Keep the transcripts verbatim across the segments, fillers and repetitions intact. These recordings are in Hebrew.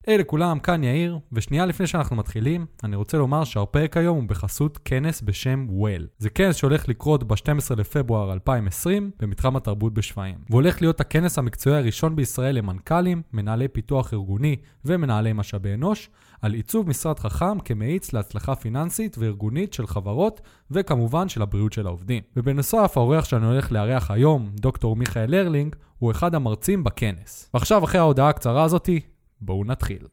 היי לכולם, כאן יאיר, ושנייה לפני שאנחנו מתחילים, אני רוצה לומר שהפרק היום הוא בחסות כנס בשם וול. זה כנס שהולך לקרות ב-שנים עשר לפברואר אלפיים ועשרים במתחם התרבות בשפיים. והולך להיות הכנס המקצועי הראשון בישראל למנכ"לים, מנהלי פיתוח ארגוני ומנהלי משאבי אנוש, על עיצוב משרד חכם כמאיץ להצלחה פיננסית וארגונית של חברות, וכמובן של הבריאות של העובדים. ובנוסף, האורח שאני הולך לארח היום, דוקטור מיכאל הרלינג, הוא אחד המרצים בכנס. ועכשיו, אחרי ההודעה הקצרה הזאתי, בואו נתחיל.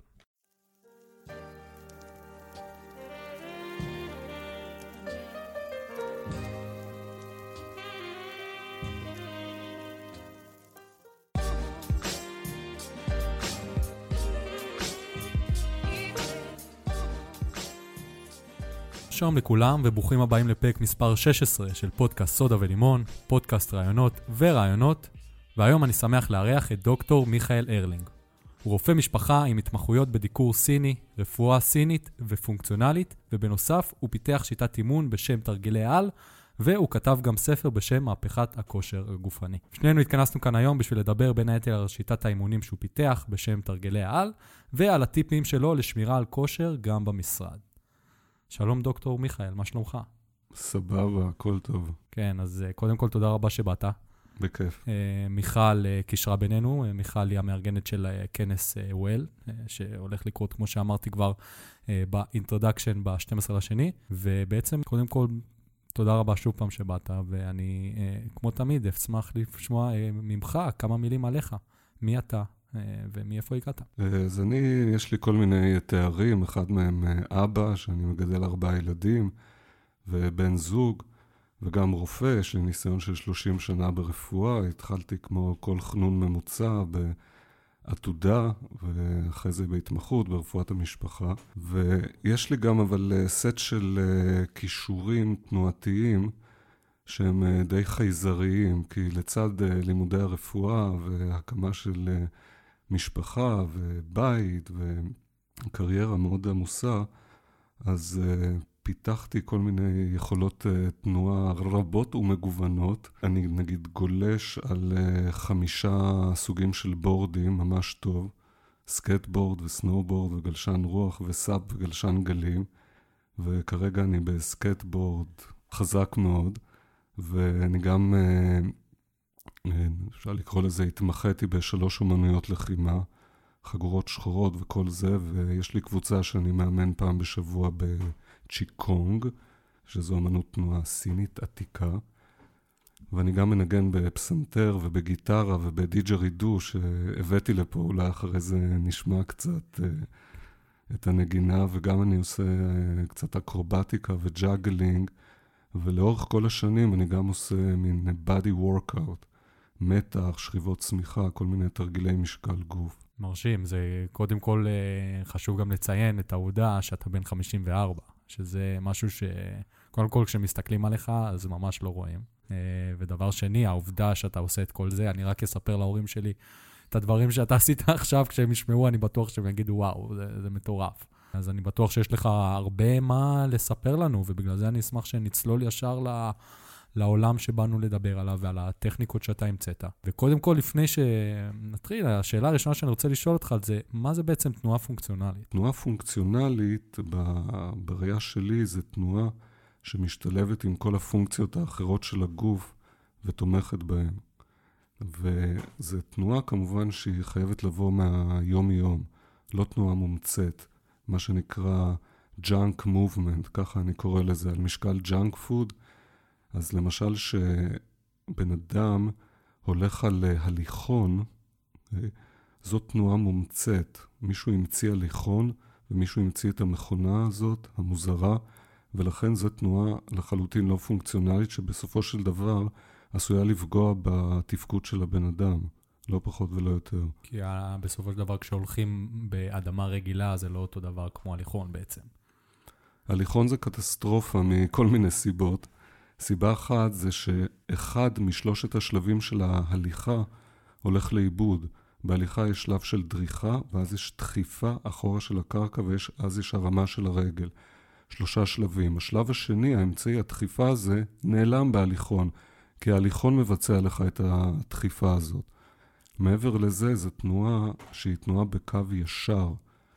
שלום לכולם וברוכים הבאים לפרק מספר שש עשרה של פודקאסט סודה ולימון, פודקאסט רעיונות ורעיונות, והיום אני שמח לארח את דוקטור מיכאל הרלינג. הוא רופא משפחה עם התמחויות בדיקור סיני, רפואה סינית ופונקציונלית, ובנוסף הוא פיתח שיטת אימון בשם תרגילי על, והוא כתב גם ספר בשם מהפכת הכושר הגופני. שנינו התכנסנו כאן היום בשביל לדבר בין היתר על שיטת האימונים שהוא פיתח בשם תרגילי על, ועל הטיפים שלו לשמירה על כושר גם במשרד. שלום דוקטור מיכאל, מה שלומך? סבבה, הכל טוב. כן, אז קודם כל תודה רבה שבאת. בכיף. מיכל קישרה בינינו, מיכל היא המארגנת של כנס וול, שהולך לקרות, כמו שאמרתי כבר, באינטרודקשן ב-שנים עשר לשני, ובעצם, קודם כל, תודה רבה שוב פעם שבאת, ואני, כמו תמיד, אשמח לשמוע ממך כמה מילים עליך. מי אתה ומאיפה הגעת? אז אני, יש לי כל מיני תארים, אחד מהם אבא, שאני מגדל ארבעה ילדים, ובן זוג, וגם רופא, יש לי ניסיון של שלושים שנה ברפואה, התחלתי כמו כל חנון ממוצע בעתודה, ואחרי זה בהתמחות ברפואת המשפחה. ויש לי גם אבל סט של כישורים תנועתיים, שהם די חייזריים, כי לצד לימודי הרפואה והקמה של משפחה ובית וקריירה מאוד עמוסה, אז פיתחתי כל מיני יכולות תנועה רבות ומגוונות. אני נגיד גולש על חמישה סוגים של בורדים ממש טוב. סקייטבורד וסנואובורד וגלשן רוח וסאפ וגלשן גלים. וכרגע אני בסקייטבורד חזק מאוד. ואני גם, אפשר לקרוא לזה, התמחיתי בשלוש אומנויות לחימה. חגורות שחורות וכל זה. ויש לי קבוצה שאני מאמן פעם בשבוע ב... צ'יקונג, שזו אמנות תנועה סינית עתיקה, ואני גם מנגן בפסנתר ובגיטרה ובדיג'רידו שהבאתי לפה, אולי אחרי זה נשמע קצת את הנגינה, וגם אני עושה קצת אקרובטיקה וג'אגלינג, ולאורך כל השנים אני גם עושה מין body workout, מתח, שכיבות צמיחה, כל מיני תרגילי משקל גוף. מרשים, זה קודם כל חשוב גם לציין את העובדה שאתה בן חמישים וארבע. שזה משהו שקודם כל כשמסתכלים עליך, אז ממש לא רואים. ודבר שני, העובדה שאתה עושה את כל זה, אני רק אספר להורים שלי את הדברים שאתה עשית עכשיו, כשהם ישמעו, אני בטוח שהם יגידו, וואו, זה, זה מטורף. אז אני בטוח שיש לך הרבה מה לספר לנו, ובגלל זה אני אשמח שנצלול ישר ל... לעולם שבאנו לדבר עליו ועל הטכניקות שאתה המצאת. וקודם כל, לפני שנתחיל, השאלה הראשונה שאני רוצה לשאול אותך על זה, מה זה בעצם תנועה פונקציונלית? תנועה פונקציונלית, בראייה שלי, זה תנועה שמשתלבת עם כל הפונקציות האחרות של הגוף ותומכת בהן. וזו תנועה כמובן שהיא חייבת לבוא מהיום-יום, לא תנועה מומצאת, מה שנקרא junk movement, ככה אני קורא לזה, על משקל junk food, אז למשל שבן אדם הולך על הליכון, זאת תנועה מומצאת. מישהו המציא הליכון ומישהו המציא את המכונה הזאת, המוזרה, ולכן זו תנועה לחלוטין לא פונקציונלית, שבסופו של דבר עשויה לפגוע בתפקוד של הבן אדם, לא פחות ולא יותר. כי בסופו של דבר כשהולכים באדמה רגילה זה לא אותו דבר כמו הליכון בעצם. הליכון זה קטסטרופה מכל מיני סיבות. סיבה אחת זה שאחד משלושת השלבים של ההליכה הולך לאיבוד. בהליכה יש שלב של דריכה, ואז יש דחיפה אחורה של הקרקע, ואז יש הרמה של הרגל. שלושה שלבים. השלב השני, האמצעי הדחיפה הזה, נעלם בהליכון, כי ההליכון מבצע לך את הדחיפה הזאת. מעבר לזה, זו תנועה שהיא תנועה בקו ישר,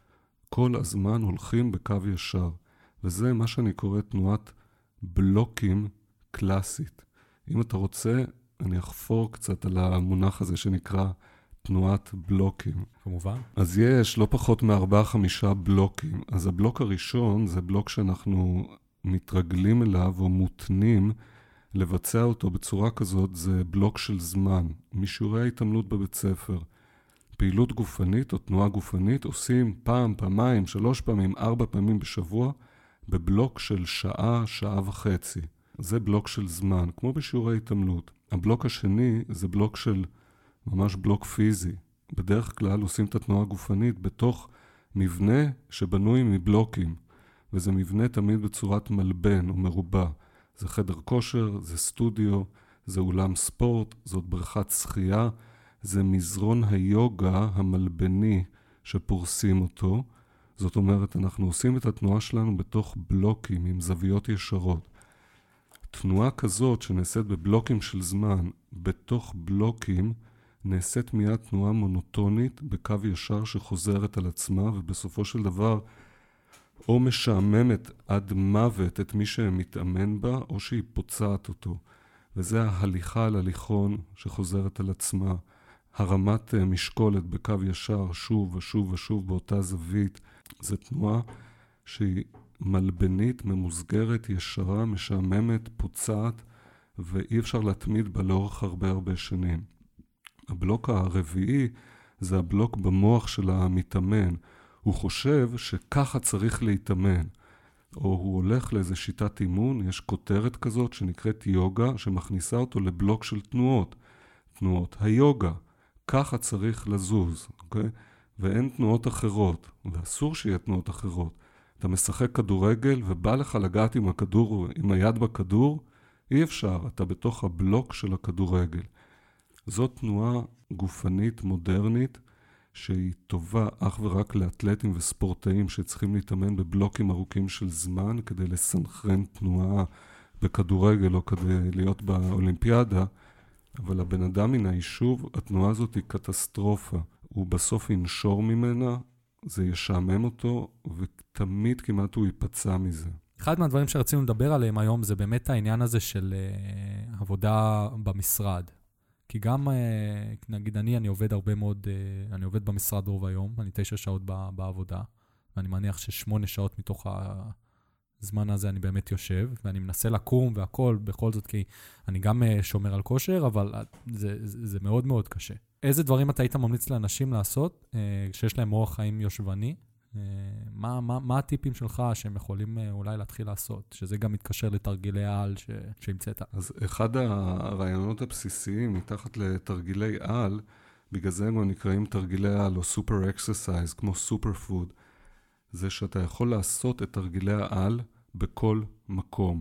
כל הזמן הולכים בקו ישר. וזה מה שאני קורא תנועת בלוקים קלאסית. אם אתה רוצה, אני אחפור קצת על המונח הזה שנקרא תנועת בלוקים. כמובן. אז יש לא פחות מארבעה חמישה בלוקים. אז הבלוק הראשון זה בלוק שאנחנו מתרגלים אליו או מותנים לבצע אותו בצורה כזאת, זה בלוק של זמן. משיעורי ההתעמלות בבית ספר. פעילות גופנית או תנועה גופנית עושים פעם, פעמיים, שלוש פעמים, ארבע פעמים בשבוע, בבלוק של שעה, שעה וחצי. זה בלוק של זמן, כמו בשיעורי התעמלות. הבלוק השני זה בלוק של ממש בלוק פיזי. בדרך כלל עושים את התנועה הגופנית בתוך מבנה שבנוי מבלוקים, וזה מבנה תמיד בצורת מלבן או מרובע. זה חדר כושר, זה סטודיו, זה אולם ספורט, זאת בריכת שחייה, זה מזרון היוגה המלבני שפורסים אותו. זאת אומרת, אנחנו עושים את התנועה שלנו בתוך בלוקים עם זוויות ישרות. תנועה כזאת שנעשית בבלוקים של זמן, בתוך בלוקים, נעשית מיד תנועה מונוטונית בקו ישר שחוזרת על עצמה, ובסופו של דבר או משעממת עד מוות את מי שמתאמן בה, או שהיא פוצעת אותו. וזה ההליכה על הליכון שחוזרת על עצמה. הרמת משקולת בקו ישר, שוב ושוב ושוב באותה זווית. זו תנועה שהיא מלבנית, ממוסגרת, ישרה, משעממת, פוצעת, ואי אפשר להתמיד בה לאורך הרבה הרבה שנים. הבלוק הרביעי זה הבלוק במוח של המתאמן. הוא חושב שככה צריך להתאמן, או הוא הולך לאיזו שיטת אימון, יש כותרת כזאת שנקראת יוגה, שמכניסה אותו לבלוק של תנועות. תנועות היוגה, ככה צריך לזוז, אוקיי? ואין תנועות אחרות, ואסור שיהיה תנועות אחרות. אתה משחק כדורגל ובא לך לגעת עם הכדור, עם היד בכדור, אי אפשר, אתה בתוך הבלוק של הכדורגל. זאת תנועה גופנית מודרנית, שהיא טובה אך ורק לאתלטים וספורטאים שצריכים להתאמן בבלוקים ארוכים של זמן כדי לסנכרן תנועה בכדורגל או כדי להיות באולימפיאדה, אבל הבן אדם מן היישוב, התנועה הזאת היא קטסטרופה. הוא בסוף ינשור ממנה, זה ישעמם אותו, ותמיד כמעט הוא ייפצע מזה. אחד מהדברים שרצינו לדבר עליהם היום זה באמת העניין הזה של uh, עבודה במשרד. כי גם, uh, נגיד אני, אני עובד הרבה מאוד, uh, אני עובד במשרד רוב היום, אני תשע שעות ב- בעבודה, ואני מניח ששמונה שעות מתוך הזמן הזה אני באמת יושב, ואני מנסה לקום והכל, בכל זאת, כי אני גם uh, שומר על כושר, אבל זה, זה, זה מאוד מאוד קשה. איזה דברים אתה היית ממליץ לאנשים לעשות, uh, שיש להם אורח חיים יושבני? Uh, מה, מה, מה הטיפים שלך שהם יכולים uh, אולי להתחיל לעשות? שזה גם מתקשר לתרגילי על ש... שהמצאת. אז אחד הרעיונות הבסיסיים מתחת לתרגילי על, בגלל זה הם נקראים תרגילי על או סופר אקסרסייז, כמו סופר פוד, זה שאתה יכול לעשות את תרגילי העל בכל מקום.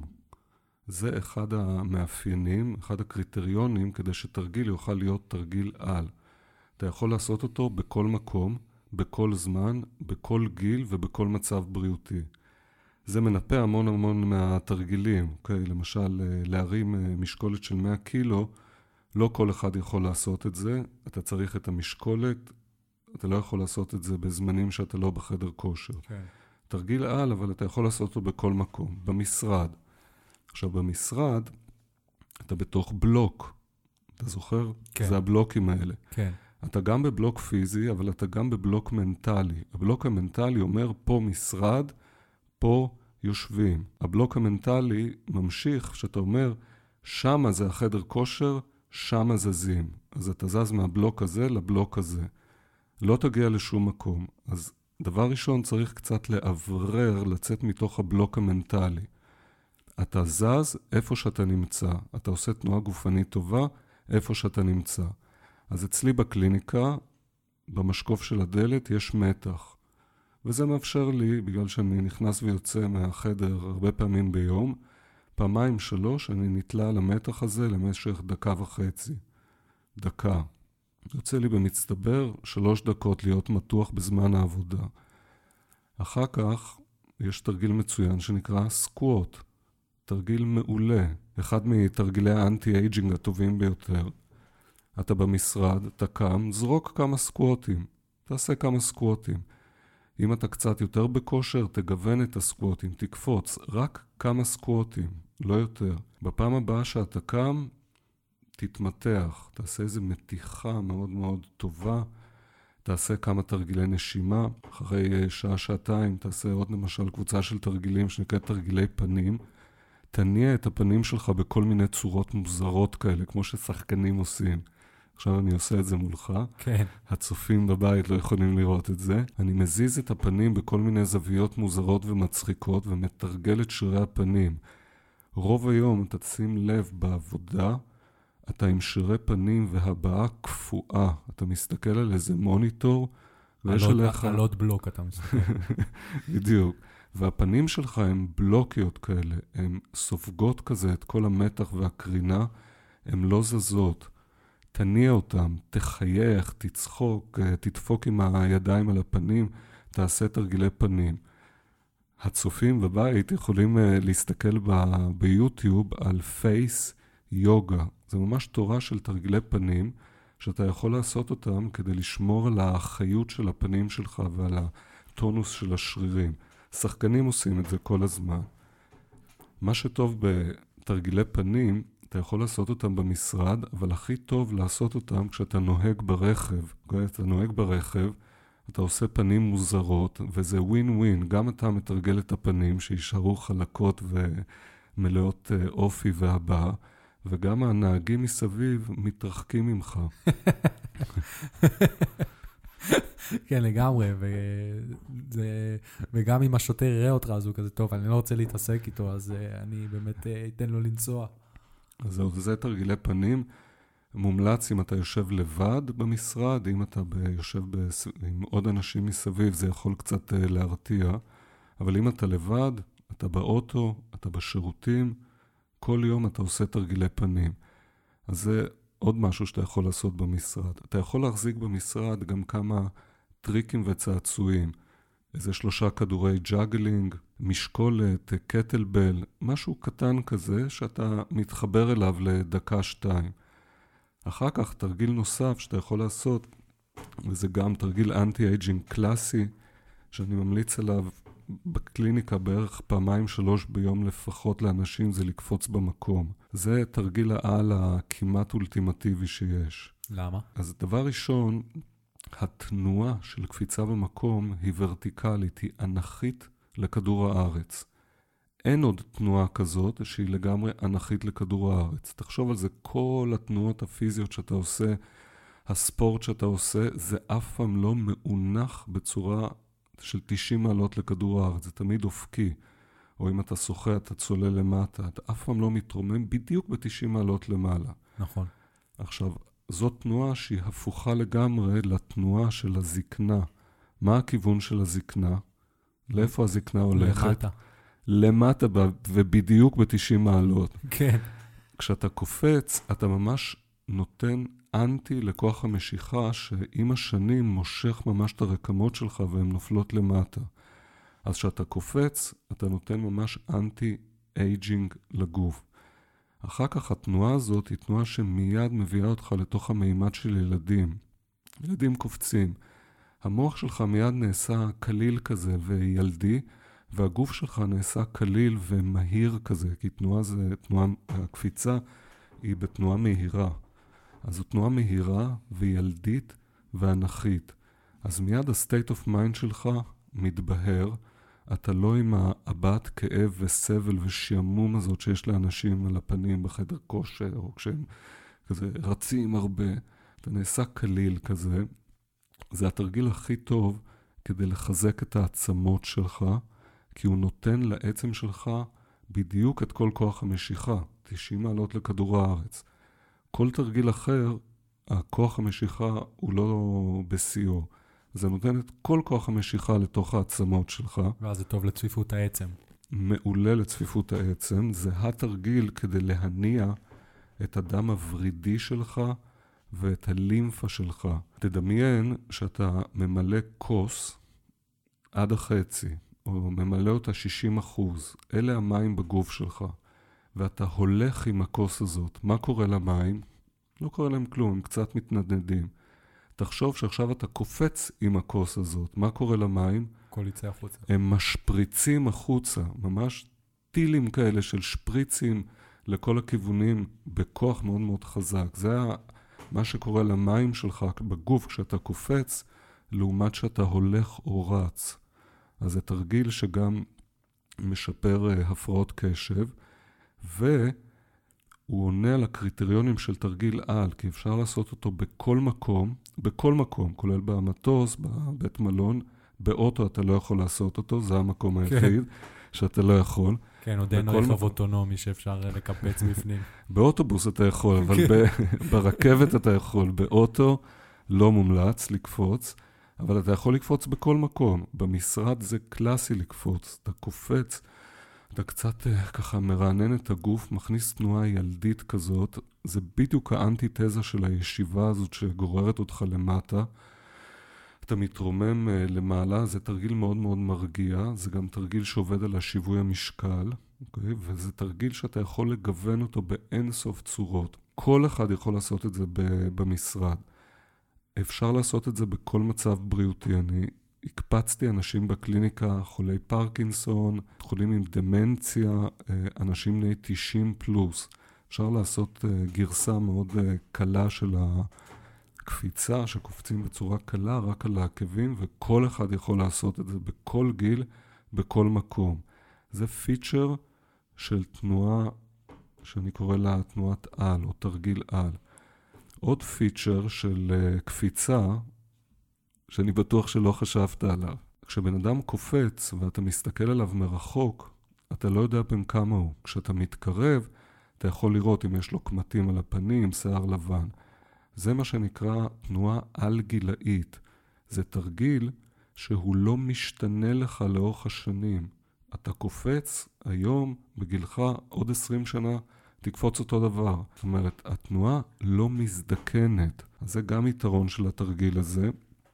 זה אחד המאפיינים, אחד הקריטריונים כדי שתרגיל יוכל להיות תרגיל על. אתה יכול לעשות אותו בכל מקום, בכל זמן, בכל גיל ובכל מצב בריאותי. זה מנפה המון המון מהתרגילים. אוקיי? למשל, להרים משקולת של מאה קילו, לא כל אחד יכול לעשות את זה. אתה צריך את המשקולת, אתה לא יכול לעשות את זה בזמנים שאתה לא בחדר כושר. Okay. תרגיל על, אבל אתה יכול לעשות אותו בכל מקום, במשרד. עכשיו, במשרד, אתה בתוך בלוק. אתה זוכר? כן. זה הבלוקים האלה. כן. אתה גם בבלוק פיזי, אבל אתה גם בבלוק מנטלי. הבלוק המנטלי אומר, פה משרד, פה יושבים. הבלוק המנטלי ממשיך, שאתה אומר, שמה זה החדר כושר, שמה זזים. אז אתה זז מהבלוק הזה לבלוק הזה. לא תגיע לשום מקום. אז דבר ראשון צריך קצת לעברר, לצאת מתוך הבלוק המנטלי. אתה זז איפה שאתה נמצא. אתה עושה תנועה גופנית טובה איפה שאתה נמצא. אז אצלי בקליניקה, במשקוף של הדלת, יש מתח. וזה מאפשר לי, בגלל שאני נכנס ויוצא מהחדר הרבה פעמים ביום, פעמיים שלוש אני נתלה על המתח הזה למשך דקה וחצי. דקה. יוצא לי במצטבר שלוש דקות להיות מתוח בזמן העבודה. אחר כך יש תרגיל מצוין שנקרא סקווט. תרגיל מעולה. אחד מתרגילי האנטי-אייג'ינג הטובים ביותר. אתה במשרד, אתה קם, זרוק כמה סקווטים. תעשה כמה סקווטים. אם אתה קצת יותר בכושר, תגוון את הסקווטים, תקפוץ, רק כמה סקווטים, לא יותר. בפעם הבאה שאתה קם, תתמתח, תעשה איזו מתיחה מאוד מאוד טובה, תעשה כמה תרגילי נשימה, אחרי שעה, שעתיים, תעשה עוד למשל קבוצה של תרגילים שנקראת תרגילי פנים, תניע את הפנים שלך בכל מיני צורות מוזרות כאלה, כמו ששחקנים עושים. עכשיו אני עושה את זה מולך. כן. הצופים בבית לא יכולים לראות את זה. אני מזיז את הפנים בכל מיני זוויות מוזרות ומצחיקות, ומתרגל את שרירי הפנים. רוב היום, אתה תשים לב בעבודה, אתה עם שרירי פנים והבעה קפואה. אתה מסתכל על איזה מוניטור, ויש עליך... על עוד בלוק אתה מסתכל. בדיוק. והפנים שלך הם בלוקיות כאלה, הן סופגות כזה את כל המתח והקרינה, הן לא זזות. תניע אותם, תחייך, תצחוק, תדפוק עם הידיים על הפנים, תעשה תרגילי פנים. הצופים בבית יכולים להסתכל ב- ביוטיוב על פייס יוגה. זה ממש תורה של תרגילי פנים, שאתה יכול לעשות אותם כדי לשמור על החיות של הפנים שלך ועל הטונוס של השרירים. שחקנים עושים את זה כל הזמן. מה שטוב בתרגילי פנים, אתה יכול לעשות אותם במשרד, אבל הכי טוב לעשות אותם כשאתה נוהג ברכב. כשאתה נוהג ברכב, אתה עושה פנים מוזרות, וזה ווין ווין. גם אתה מתרגל את הפנים שישארו חלקות ומלאות אופי והבא, וגם הנהגים מסביב מתרחקים ממך. כן, לגמרי, וזה, וגם אם השוטר יראה אותך, אז הוא כזה טוב, אני לא רוצה להתעסק איתו, אז אני באמת אתן לו לנסוע. אז זהו, זה תרגילי פנים. מומלץ אם אתה יושב לבד במשרד, אם אתה ב, יושב ב, עם עוד אנשים מסביב, זה יכול קצת להרתיע. אבל אם אתה לבד, אתה באוטו, אתה בשירותים, כל יום אתה עושה תרגילי פנים. אז זה עוד משהו שאתה יכול לעשות במשרד. אתה יכול להחזיק במשרד גם כמה טריקים וצעצועים. איזה שלושה כדורי ג'אגלינג, משקולת, קטלבל, משהו קטן כזה שאתה מתחבר אליו לדקה שתיים. אחר כך תרגיל נוסף שאתה יכול לעשות, וזה גם תרגיל אנטי-אייג'ינג קלאסי, שאני ממליץ עליו בקליניקה בערך פעמיים שלוש ביום לפחות לאנשים, זה לקפוץ במקום. זה תרגיל העל הכמעט אולטימטיבי שיש. למה? אז דבר ראשון, התנועה של קפיצה במקום היא ורטיקלית, היא אנכית לכדור הארץ. אין עוד תנועה כזאת שהיא לגמרי אנכית לכדור הארץ. תחשוב על זה, כל התנועות הפיזיות שאתה עושה, הספורט שאתה עושה, זה אף פעם לא מאונח בצורה של תשעים מעלות לכדור הארץ. זה תמיד אופקי. או אם אתה שוחה, אתה צולל למטה, אתה אף פעם לא מתרומם בדיוק ב-תשעים מעלות למעלה. נכון. עכשיו, זאת תנועה שהיא הפוכה לגמרי לתנועה של הזקנה. מה הכיוון של הזקנה? לאיפה הזקנה הולכת? למטה. למטה ובדיוק ב-תשעים מעלות. כן. כשאתה קופץ, אתה ממש נותן אנטי לכוח המשיכה, שעם השנים מושך ממש את הרקמות שלך והן נופלות למטה. אז כשאתה קופץ, אתה נותן ממש אנטי-אייג'ינג לגוף. אחר כך התנועה הזאת היא תנועה שמיד מביאה אותך לתוך המימד של ילדים. ילדים קופצים. המוח שלך מיד נעשה קליל כזה וילדי, והגוף שלך נעשה קליל ומהיר כזה, כי תנועה זה, תנועה, הקפיצה היא בתנועה מהירה. אז זו תנועה מהירה וילדית ואנכית. אז מיד ה-state of mind שלך מתבהר, אתה לא עם הבעת כאב וסבל ושעמום הזאת שיש לאנשים על הפנים בחדר כושר, או כשהם כזה רצים הרבה, אתה נעשה קליל כזה. זה התרגיל הכי טוב כדי לחזק את העצמות שלך, כי הוא נותן לעצם שלך בדיוק את כל כוח המשיכה, תשעים מעלות לכדור הארץ. כל תרגיל אחר, הכוח המשיכה הוא לא בשיאו. זה נותן את כל כוח המשיכה לתוך העצמות שלך. ואז זה טוב לצפיפות העצם. מעולה לצפיפות העצם. זה התרגיל כדי להניע את הדם הוורידי שלך ואת הלימפה שלך. תדמיין שאתה ממלא כוס עד החצי, או ממלא אותה שישים אחוז. אלה המים בגוף שלך. ואתה הולך עם הכוס הזאת. מה קורה למים? לא קורה להם כלום, הם קצת מתנדנדים. תחשוב שעכשיו אתה קופץ עם הכוס הזאת. מה קורה למים? הכל יצא החוצה. הם משפריצים החוצה, ממש טילים כאלה של שפריצים לכל הכיוונים בכוח מאוד מאוד חזק. זה מה שקורה למים שלך בגוף כשאתה קופץ, לעומת שאתה הולך או רץ. אז זה תרגיל שגם משפר הפרעות קשב, והוא עונה על הקריטריונים של תרגיל על, כי אפשר לעשות אותו בכל מקום, בכל מקום, כולל במטוס, בבית מלון, באוטו אתה לא יכול לעשות אותו, זה המקום היחיד שאתה לא יכול. כן, עוד אין רכב אוטונומי שאפשר לקפץ בפנים. באוטובוס אתה יכול, אבל ברכבת אתה יכול, באוטו לא מומלץ לקפוץ, אבל אתה יכול לקפוץ בכל מקום. במשרד זה קלאסי לקפוץ, אתה קופץ, אתה קצת ככה מרענן את הגוף, מכניס תנועה ילדית כזאת, זה בדיוק האנטיתזה של הישיבה הזאת שגוררת אותך למטה, אתה מתרומם למעלה, זה תרגיל מאוד מאוד מרגיע, זה גם תרגיל שעובד על השיווי המשקל, אוקיי? וזה תרגיל שאתה יכול לגוון אותו באין סוף צורות. כל אחד יכול לעשות את זה במשרד. אפשר לעשות את זה בכל מצב בריאותי. אני הקפצתי אנשים בקליניקה, חולי פרקינסון, חולים עם דמנציה, אנשים בני תשעים פלוס. אפשר לעשות גרסה מאוד קלה של הקפיצה, שקופצים בצורה קלה רק על העקבים, וכל אחד יכול לעשות את זה בכל גיל, בכל מקום. זה פיצ'ר של תנועה, שאני קורא לה תנועת על, או תרגיל על. עוד פיצ'ר של uh, קפיצה, שאני בטוח שלא חשבת עליו. כשבן אדם קופץ ואתה מסתכל עליו מרחוק, אתה לא יודע בין כמה הוא. כשאתה מתקרב, אתה יכול לראות אם יש לו קמטים על הפנים, שיער לבן. זה מה שנקרא תנועה על גילאית. זה תרגיל שהוא לא משתנה לך לאורך השנים. אתה קופץ היום בגילך עוד עשרים שנה, תקפוץ אותו דבר. זאת אומרת, התנועה לא מזדקנת. אז זה גם יתרון של התרגיל הזה.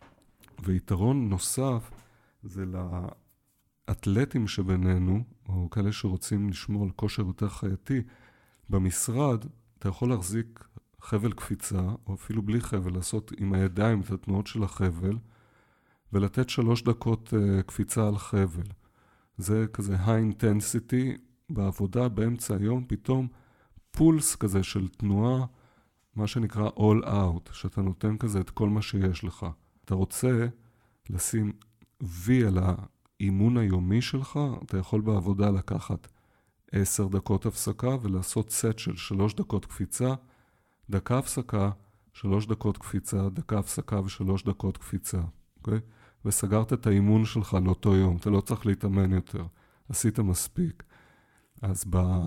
ויתרון נוסף זה לאתלטים שבינינו, או כאלה שרוצים לשמור על כושר יותר חייתי, במשרד אתה יכול להחזיק חבל קפיצה, או אפילו בלי חבל, לעשות עם הידיים את התנועות של החבל, ולתת שלוש דקות uh, קפיצה על חבל. זה כזה high intensity, בעבודה באמצע היום פתאום פולס כזה של תנועה, מה שנקרא all out, שאתה נותן כזה את כל מה שיש לך. אתה רוצה לשים וי על האימון היומי שלך, אתה יכול בעבודה לקחת עשר דקות הפסקה ולעשות סט של שלוש דקות קפיצה, דקה הפסקה, שלוש דקות קפיצה, דקה הפסקה ושלוש דקות קפיצה. אוקיי? וסגרת את האימון שלך לאותו יום, אתה לא צריך להתאמן יותר, עשית מספיק. אז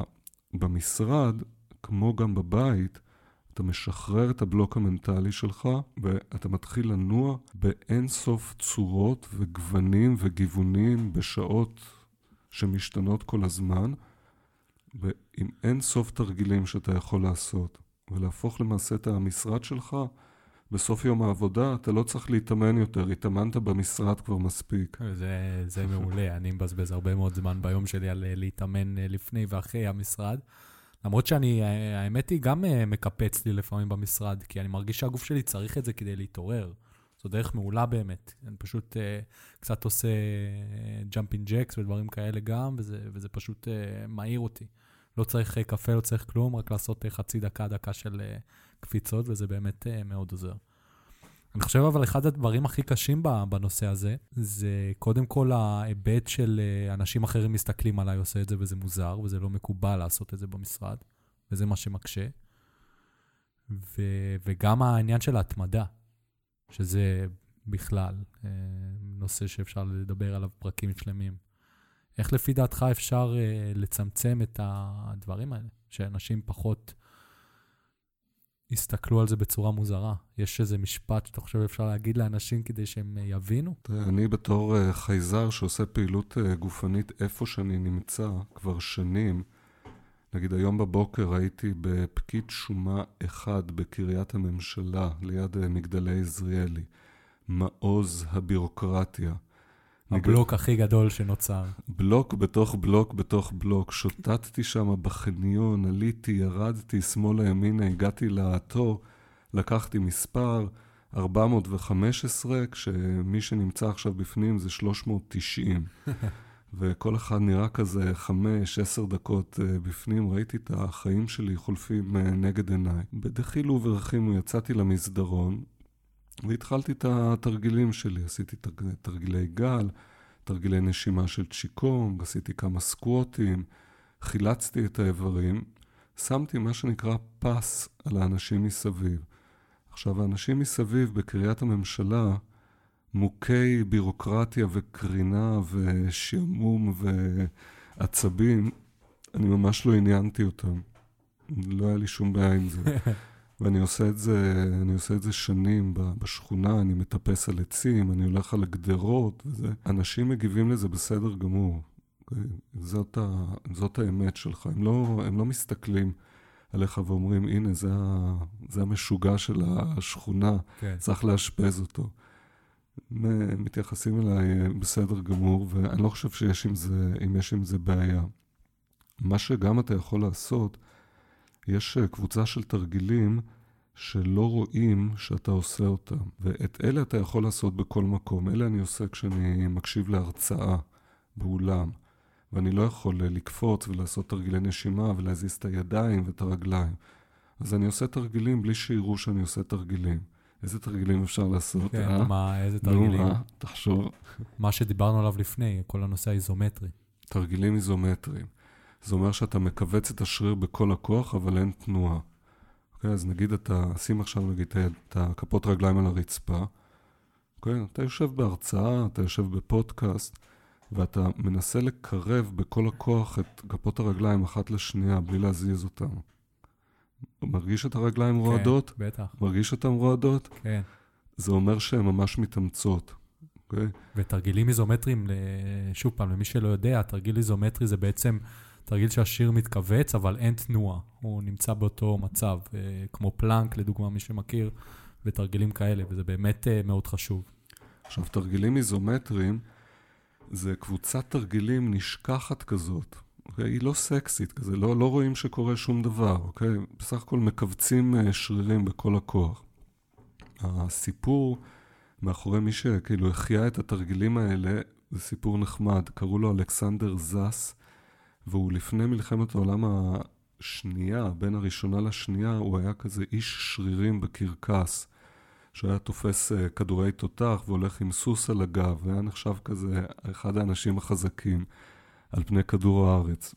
במשרד, כמו גם בבית, אתה משחרר את הבלוק המנטלי שלך, ואתה מתחיל לנוע באין סוף צורות וגוונים וגיוונים בשעות שמשתנות כל הזמן, ועם אין סוף תרגילים שאתה יכול לעשות, ולהפוך למעשה את המשרד שלך, בסוף יום העבודה אתה לא צריך להתאמן יותר, התאמנת במשרד כבר מספיק. זה, זה מעולה, אני מבזבז הרבה מאוד זמן ביום שלי על להתאמן לפני ואחרי המשרד, למרות שאני, האמת היא, גם מקפץ לי לפעמים במשרד, כי אני מרגיש שהגוף שלי צריך את זה כדי להתעורר. זו דרך מעולה באמת. אני פשוט uh, קצת עושה ג'אמפינג ג'קס ודברים כאלה גם, וזה, וזה פשוט uh, מהיר אותי. לא צריך uh, קפה, לא צריך כלום, רק לעשות uh, חצי דקה, דקה של uh, קפיצות, וזה באמת uh, מאוד עוזר. אני חושב אבל אחד הדברים הכי קשים בנושא הזה, זה קודם כל ההיבט של אנשים אחרים מסתכלים עליי עושה את זה, וזה מוזר, וזה לא מקובל לעשות את זה במשרד, וזה מה שמקשה. ו- וגם העניין של ההתמדה, שזה בכלל נושא שאפשר לדבר עליו פרקים שלמים. איך לפי דעתך אפשר לצמצם את הדברים האלה, שאנשים פחות הסתכלו על זה בצורה מוזרה? יש איזה משפט שאתה חושב אפשר להגיד לאנשים כדי שהם יבינו? אני בתור חייזר שעושה פעילות גופנית איפה שאני נמצא כבר שנים, נגיד היום בבוקר הייתי בפקיד שומה אחד בקריית הממשלה ליד מגדלי עזריאלי, מעוז הבירוקרטיה. הבלוק הכי גדול שנוצר. בלוק בתוך בלוק בתוך בלוק. שוטטתי שם בחניון, עליתי, ירדתי, שמאלה ימינה, הגעתי לתור, לקחתי מספר, ארבע מאות וחמש עשרה, כשמי שנמצא עכשיו בפנים זה שלוש מאות תשעים. וכל אחד נראה כזה חמש, עשר דקות בפנים, ראיתי את החיים שלי חולפים נגד עיניי. בדחילו ורחימו יצאתי למסדרון, והתחלתי את התרגילים שלי. עשיתי תרגילי גל, תרגילי נשימה של צ'יקונג, עשיתי כמה סקווטים, חילצתי את האיברים, שמתי מה שנקרא פס על האנשים מסביב. עכשיו, האנשים מסביב בקריית הממשלה, מוכי בירוקרטיה וקרינה ושעמום ועצבים, אני ממש לא עניינתי אותם. לא היה לי שום בעיה עם זה. ואני עושה את זה, אני עושה את זה שנים בשכונה, אני מטפס על עצים, אני הולך על הגדרות וזה. אנשים מגיבים לזה בסדר גמור. זאת, ה, זאת האמת שלך. הם לא, הם לא מסתכלים עליך ואומרים, הנה, זה, זה המשוגע של השכונה, כן. צריך להשפז אותו. מתייחסים אליי בסדר גמור, ואני לא חושב שיש עם זה, אם יש עם זה בעיה. מה שגם אתה יכול לעשות, יש קבוצה של תרגילים שלא רואים שאתה עושה אותם. ואת אלה אתה יכול לעשות בכל מקום. אלה אני עושה כשאני מקשיב להרצאה באולם. ואני לא יכול לקפוץ ולעשות תרגילי נשימה ולהזיז את הידיים ואת הרגליים. אז אני עושה תרגילים בלי שיראו שאני עושה תרגילים. איזה תרגילים אפשר לעשות? כן, אה? מה, איזה תרגילים? נו, אה? תחשוב. מה שדיברנו עליו לפני, כל הנושא האיזומטרי. תרגילים איזומטריים. זה אומר שאתה מקווץ את השריר בכל הכוח, אבל אין תנועה. אוקיי, אז נגיד אתה, שים עכשיו נגיד את הכפות רגליים על הרצפה. אוקיי, אתה יושב בהרצאה, אתה יושב בפודקאסט, ואתה מנסה לקרב בכל הכוח את כפות הרגליים אחת לשנייה, בלי להזיז אותם. מרגיש את הרגליים רועדות? כן, בטח. מרגיש אותם רועדות? כן. זה אומר שהן ממש מתאמצות. אוקיי? ותרגילים איזומטריים, שוב פעם, למי שלא יודע, תרגיל איזומטרי זה בעצם תרגיל שהשריר מתכווץ, אבל אין תנועה. הוא נמצא באותו מצב, כמו פלנק, לדוגמה, מי שמכיר, ותרגילים כאלה, וזה באמת מאוד חשוב. עכשיו, תרגילים איזומטריים, זה קבוצת תרגילים נשכחת כזאת. אוקיי? היא לא סקסית כזה, לא, לא רואים שקורה שום דבר. אוקיי? בסך הכל מקבצים שרירים בכל הכוח. הסיפור מאחורי מי שכאילו החיה את התרגילים האלה, זה סיפור נחמד. קראו לו אלכסנדר זס, והוא לפני מלחמת העולם השנייה, בין הראשונה לשנייה, הוא היה כזה איש שרירים בקרקס, שהיה תופס כדורי תותח והולך עם סוס על הגב, והיה נחשב כזה אחד האנשים החזקים על פני כדור הארץ.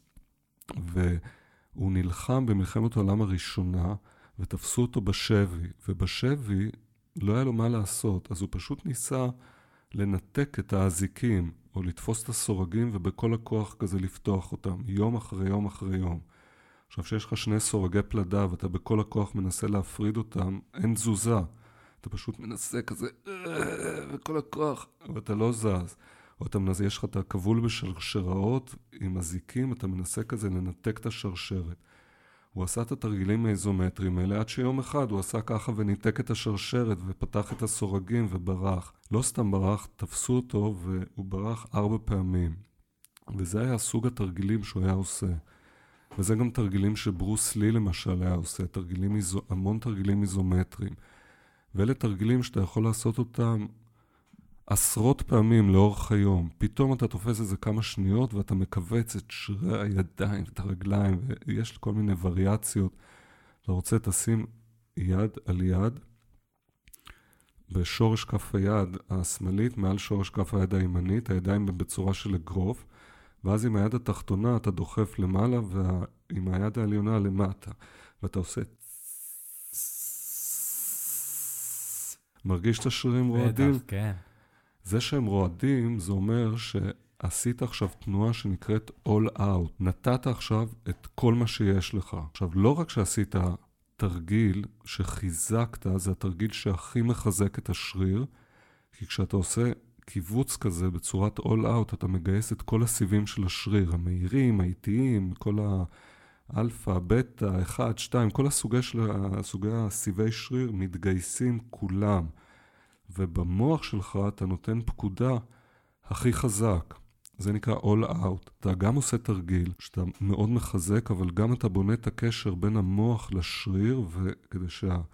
והוא נלחם במלחמת העולם הראשונה, ותפסו אותו בשבי, ובשבי לא היה לו מה לעשות, אז הוא פשוט ניסה לנתק את האזיקים, או לתפוס את הסורגים, ובכל הכוח כזה לפתוח אותם, יום אחרי יום אחרי יום. עכשיו שיש לך שני סורגי פלדה, ואתה בכל הכוח מנסה להפריד אותם, אין תזוזה. אתה פשוט מנסה כזה, וכל הכוח, ואתה לא זז. או אתה מנסה, יש לך את הכבול בשרשראות עם הזיקים, אתה מנסה כזה לנתק את השרשרת. הוא עשה את התרגילים האיזומטריים האלה, עד שיום אחד הוא עשה ככה וניתק את השרשרת ופתח את הסורגים וברח. לא סתם ברח, תפסו אותו והוא ברח ארבע פעמים. וזה היה סוג התרגילים שהוא היה עושה. וזה גם תרגילים שברוס לי למשל היה עושה, תרגילים איזו, המון תרגילים איזומטריים. ואלה תרגילים שאתה יכול לעשות אותם עשרות פעמים לאורך היום. פתאום אתה תופס איזה כמה שניות ואתה מקווץ את שרירי הידיים ואת הרגליים, ויש כל מיני וריאציות. אתה רוצה תשים יד על יד בשורש כף היד השמאלית, מעל שורש כף היד הימנית, הידיים בצורה של אגרוף, ואז עם היד התחתונה אתה דוחף למעלה, ועם היד העליונה למטה. ואתה עושה... מרגיש את השרירים רועדים? בטח, כן. זה שהם רועדים, זה אומר שעשית עכשיו תנועה שנקראת all out. נתת עכשיו את כל מה שיש לך. עכשיו, לא רק שעשית תרגיל שחיזקת, זה התרגיל שהכי מחזק את השריר, כי כשאתה עושה קיבוץ כזה בצורת all out, אתה מגייס את כל הסיבים של השריר, המהירים, האיטיים, כל האלפא, בטא, אחד, שתיים, כל הסוגי, של, הסוגי הסיבי שריר מתגייסים כולם. ובמוח שלך אתה נותן פקודה הכי חזק. זה נקרא all out. אתה גם עושה תרגיל שאתה מאוד מחזק, אבל גם אתה בונה את הקשר בין המוח לשריר, וכדי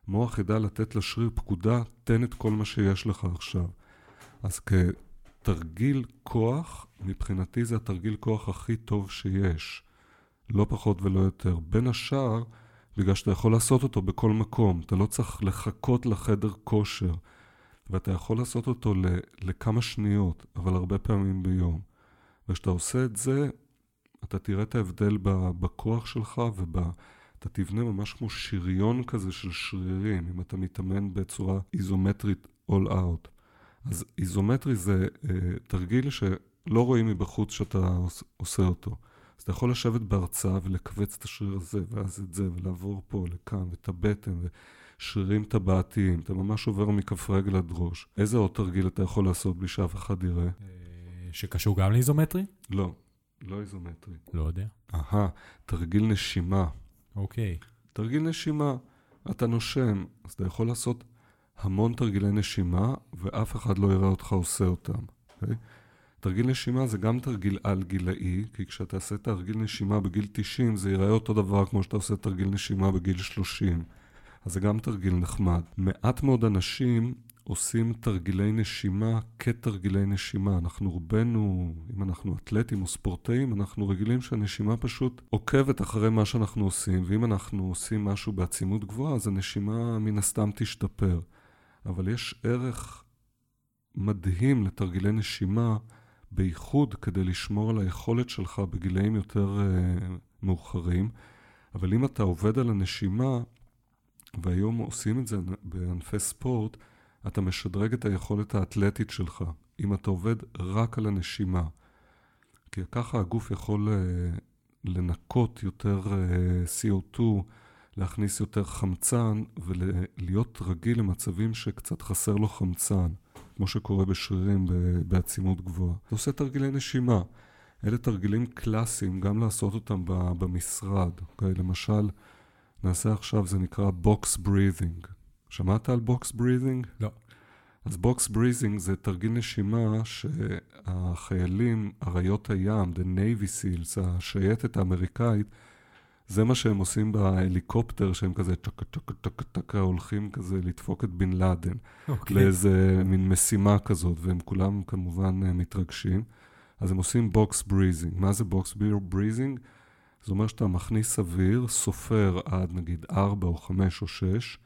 מוח ידע לתת לשריר פקודה, תן את כל מה שיש לך עכשיו. אז כתרגיל כוח, מבחינתי זה התרגיל כוח הכי טוב שיש. לא פחות ולא יותר. בין השאר, בגלל שאתה יכול לעשות אותו בכל מקום. אתה לא צריך לחכות לחדר כושר. ואתה יכול לעשות אותו לכמה שניות, אבל הרבה פעמים ביום. וכשאתה עושה את זה, אתה תראה את ההבדל בכוח שלך, ואתה תבנה ממש כמו שריון כזה של שרירים, אם אתה מתאמן בצורה איזומטרית all out. אז איזומטרי זה uh, תרגיל שלא רואים מבחוץ שאתה עושה אותו. אז אתה יכול לשבת בהרצאה ולקבץ את השריר הזה, ואז את זה, ולעבור פה לכאן, ואת הבטן, ושרירים טבעתיים. אתה ממש עובר מכף רגל עד ראש. איזה עוד תרגיל אתה יכול לעשות בלי שאף אחד יראה? שקשור גם לאיזומטרי? לא, לא איזומטרי. לא יודע. אהה, תרגיל נשימה. אוקיי. תרגיל נשימה, אתה נושם, אז אתה יכול לעשות המון תרגילי נשימה, ואף אחד לא יראה אותך עושה אותם. Okay? תרגיל נשימה זה גם תרגיל על גילאי, כי כשאתה עושה תרגיל נשימה בגיל תשעים, זה ייראה אותו דבר כמו שאתה עושה תרגיל נשימה בגיל שלושים. אז זה גם תרגיל נחמד. מעט מאוד אנשים עושים תרגילי נשימה כתרגילי נשימה. אנחנו רובנו, אם אנחנו אתלטים או ספורטאים, אנחנו רגילים שהנשימה פשוט עוקבת אחרי מה שאנחנו עושים, ואם אנחנו עושים משהו בעצימות גבוהה, אז הנשימה מן הסתם תשתפר. אבל יש ערך מדהים לתרגילי נשימה, בייחוד כדי לשמור על היכולת שלך בגילאים יותר uh, מאוחרים. אבל אם אתה עובד על הנשימה, והיום עושים את זה בענפי ספורט, אתה משדרג את היכולת האתלטית שלך, אם אתה עובד רק על הנשימה. כי ככה הגוף יכול uh, לנקות יותר uh, סי או טו, להכניס יותר חמצן, ולהיות רגיל למצבים שקצת חסר לו חמצן, כמו שקורה בשרירים בעצימות גבוהה. אתה עושה תרגילי נשימה. אלה תרגילים קלאסיים, גם לעשות אותם במשרד. Okay? למשל, נעשה עכשיו, זה נקרא box breathing. שמעת על box breathing? לא. אז box breathing זה תרגיל נשימה שהחיילים, אריות הים, the Navy SEALs, השייטת האמריקאית, זה מה שהם עושים בהליקופטר, שהם כזה צ'קה צ'קה צ'קה צ'קה הולכים כזה לדפוק את בן לאדן, okay. לאיזה מין משימה כזאת, והם כולם כמובן מתרגשים. אז הם עושים בוקס בריזינג. מה זה בוקס בריזינג? זה אומר שאתה מכניס אוויר, סופר עד נגיד ארבע או חמש או שש,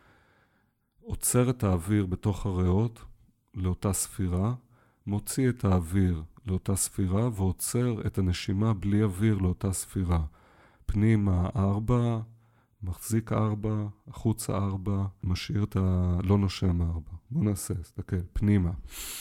עוצר את האוויר בתוך הריאות לאותה ספירה, מוציא את האוויר לאותה ספירה, ועוצר את הנשימה בלי אוויר לאותה ספירה. פנימה ארבע, מחזיק ארבע, החוצה ארבע, משאיר את ה... לא נושם ארבע. בוא נעשה, תסתכל, פנימה.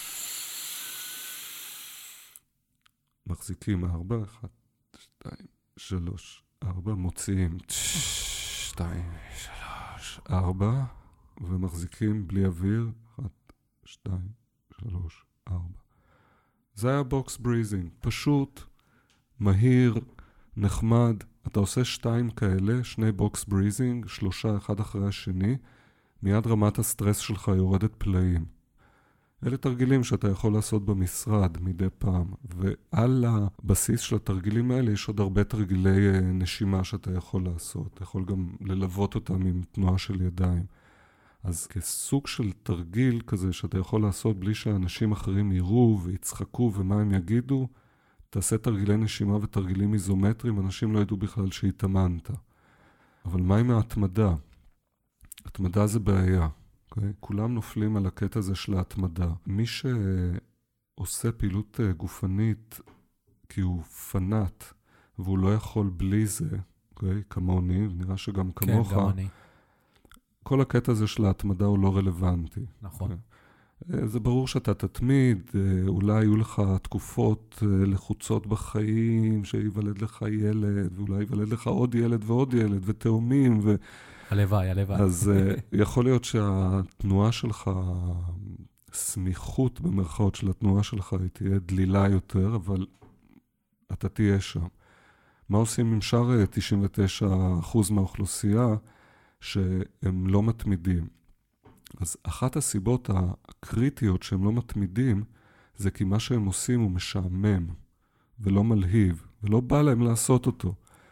מחזיקים ארבע, אחת, שתיים, שלוש, ארבע, מוציאים, שתיים, שלוש, ארבע, ומחזיקים בלי אוויר, אחת, שתיים, שלוש, ארבע. זה היה בוקס בריזינג, פשוט, מהיר, נחמד. אתה עושה שתיים כאלה, שני בוקס בריזינג, שלושה אחד אחרי השני, מיד רמת הסטרס שלך יורדת פלאים. אלה תרגילים שאתה יכול לעשות במשרד מדי פעם, ועל הבסיס של התרגילים האלה יש עוד הרבה תרגילי נשימה שאתה יכול לעשות. אתה יכול גם ללוות אותם עם תנועה של ידיים. אז כסוג של תרגיל כזה שאתה יכול לעשות בלי שאנשים אחרים יראו ויצחקו ומה הם יגידו, תעשה תרגילי נשימה ותרגילים איזומטריים, אנשים לא ידעו בכלל שהתאמנת. אבל מה עם ההתמדה? התמדה זה בעיה. Okay? כולם נופלים על הקטע הזה של ההתמדה. מי שעושה פעילות גופנית כי הוא פנאט, והוא לא יכול בלי זה, okay? כמוני, נראה שגם כמוך, כן, גם אני. כל הקטע הזה של ההתמדה הוא לא רלוונטי. נכון. Okay? זה ברור שאתה תתמיד, אולי יהיו לך תקופות לחוצות בחיים, שיוולד לך ילד, ואולי יוולד לך עוד ילד ועוד ילד, ותאומים, ו... הלוואי, הלוואי. אז יכול להיות שהתנועה שלך, סמיכות במרכאות של התנועה שלך, היא תהיה דלילה יותר, אבל אתה תהיה שם. מה עושים עם שאר תשעים ותשעה אחוז מהאוכלוסייה שהם לא מתמידים? אז אחת הסיבות הקריטיות שהם לא מתמידים, זה כי מה שהם עושים הוא משעמם, ולא מלהיב, ולא בא להם לעשות אותו. כי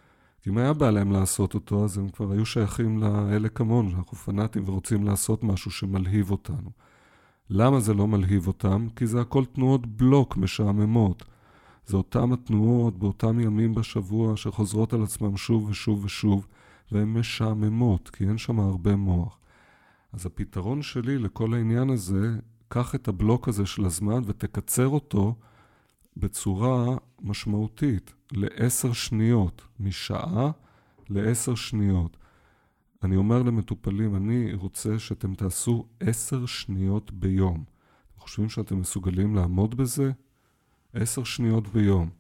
אם היה בא להם לעשות אותו, אז הם כבר היו שייכים לאלה כמון, שאנחנו פנאטים ורוצים לעשות משהו שמלהיב אותנו. למה זה לא מלהיב אותם? כי זה הכל תנועות בלוק משעממות. זה אותם התנועות באותם ימים בשבוע שחוזרות על עצמם שוב ושוב ושוב, והן משעממות, כי אין שם הרבה מוח. אז הפתרון שלי לכל העניין הזה, קח את הבלוק הזה של הזמן ותקצר אותו בצורה משמעותית, לעשר שניות, משעה לעשר שניות. אני אומר למטופלים, אני רוצה שאתם תעשו עשר שניות ביום. אתם חושבים שאתם מסוגלים לעמוד בזה? עשר שניות ביום.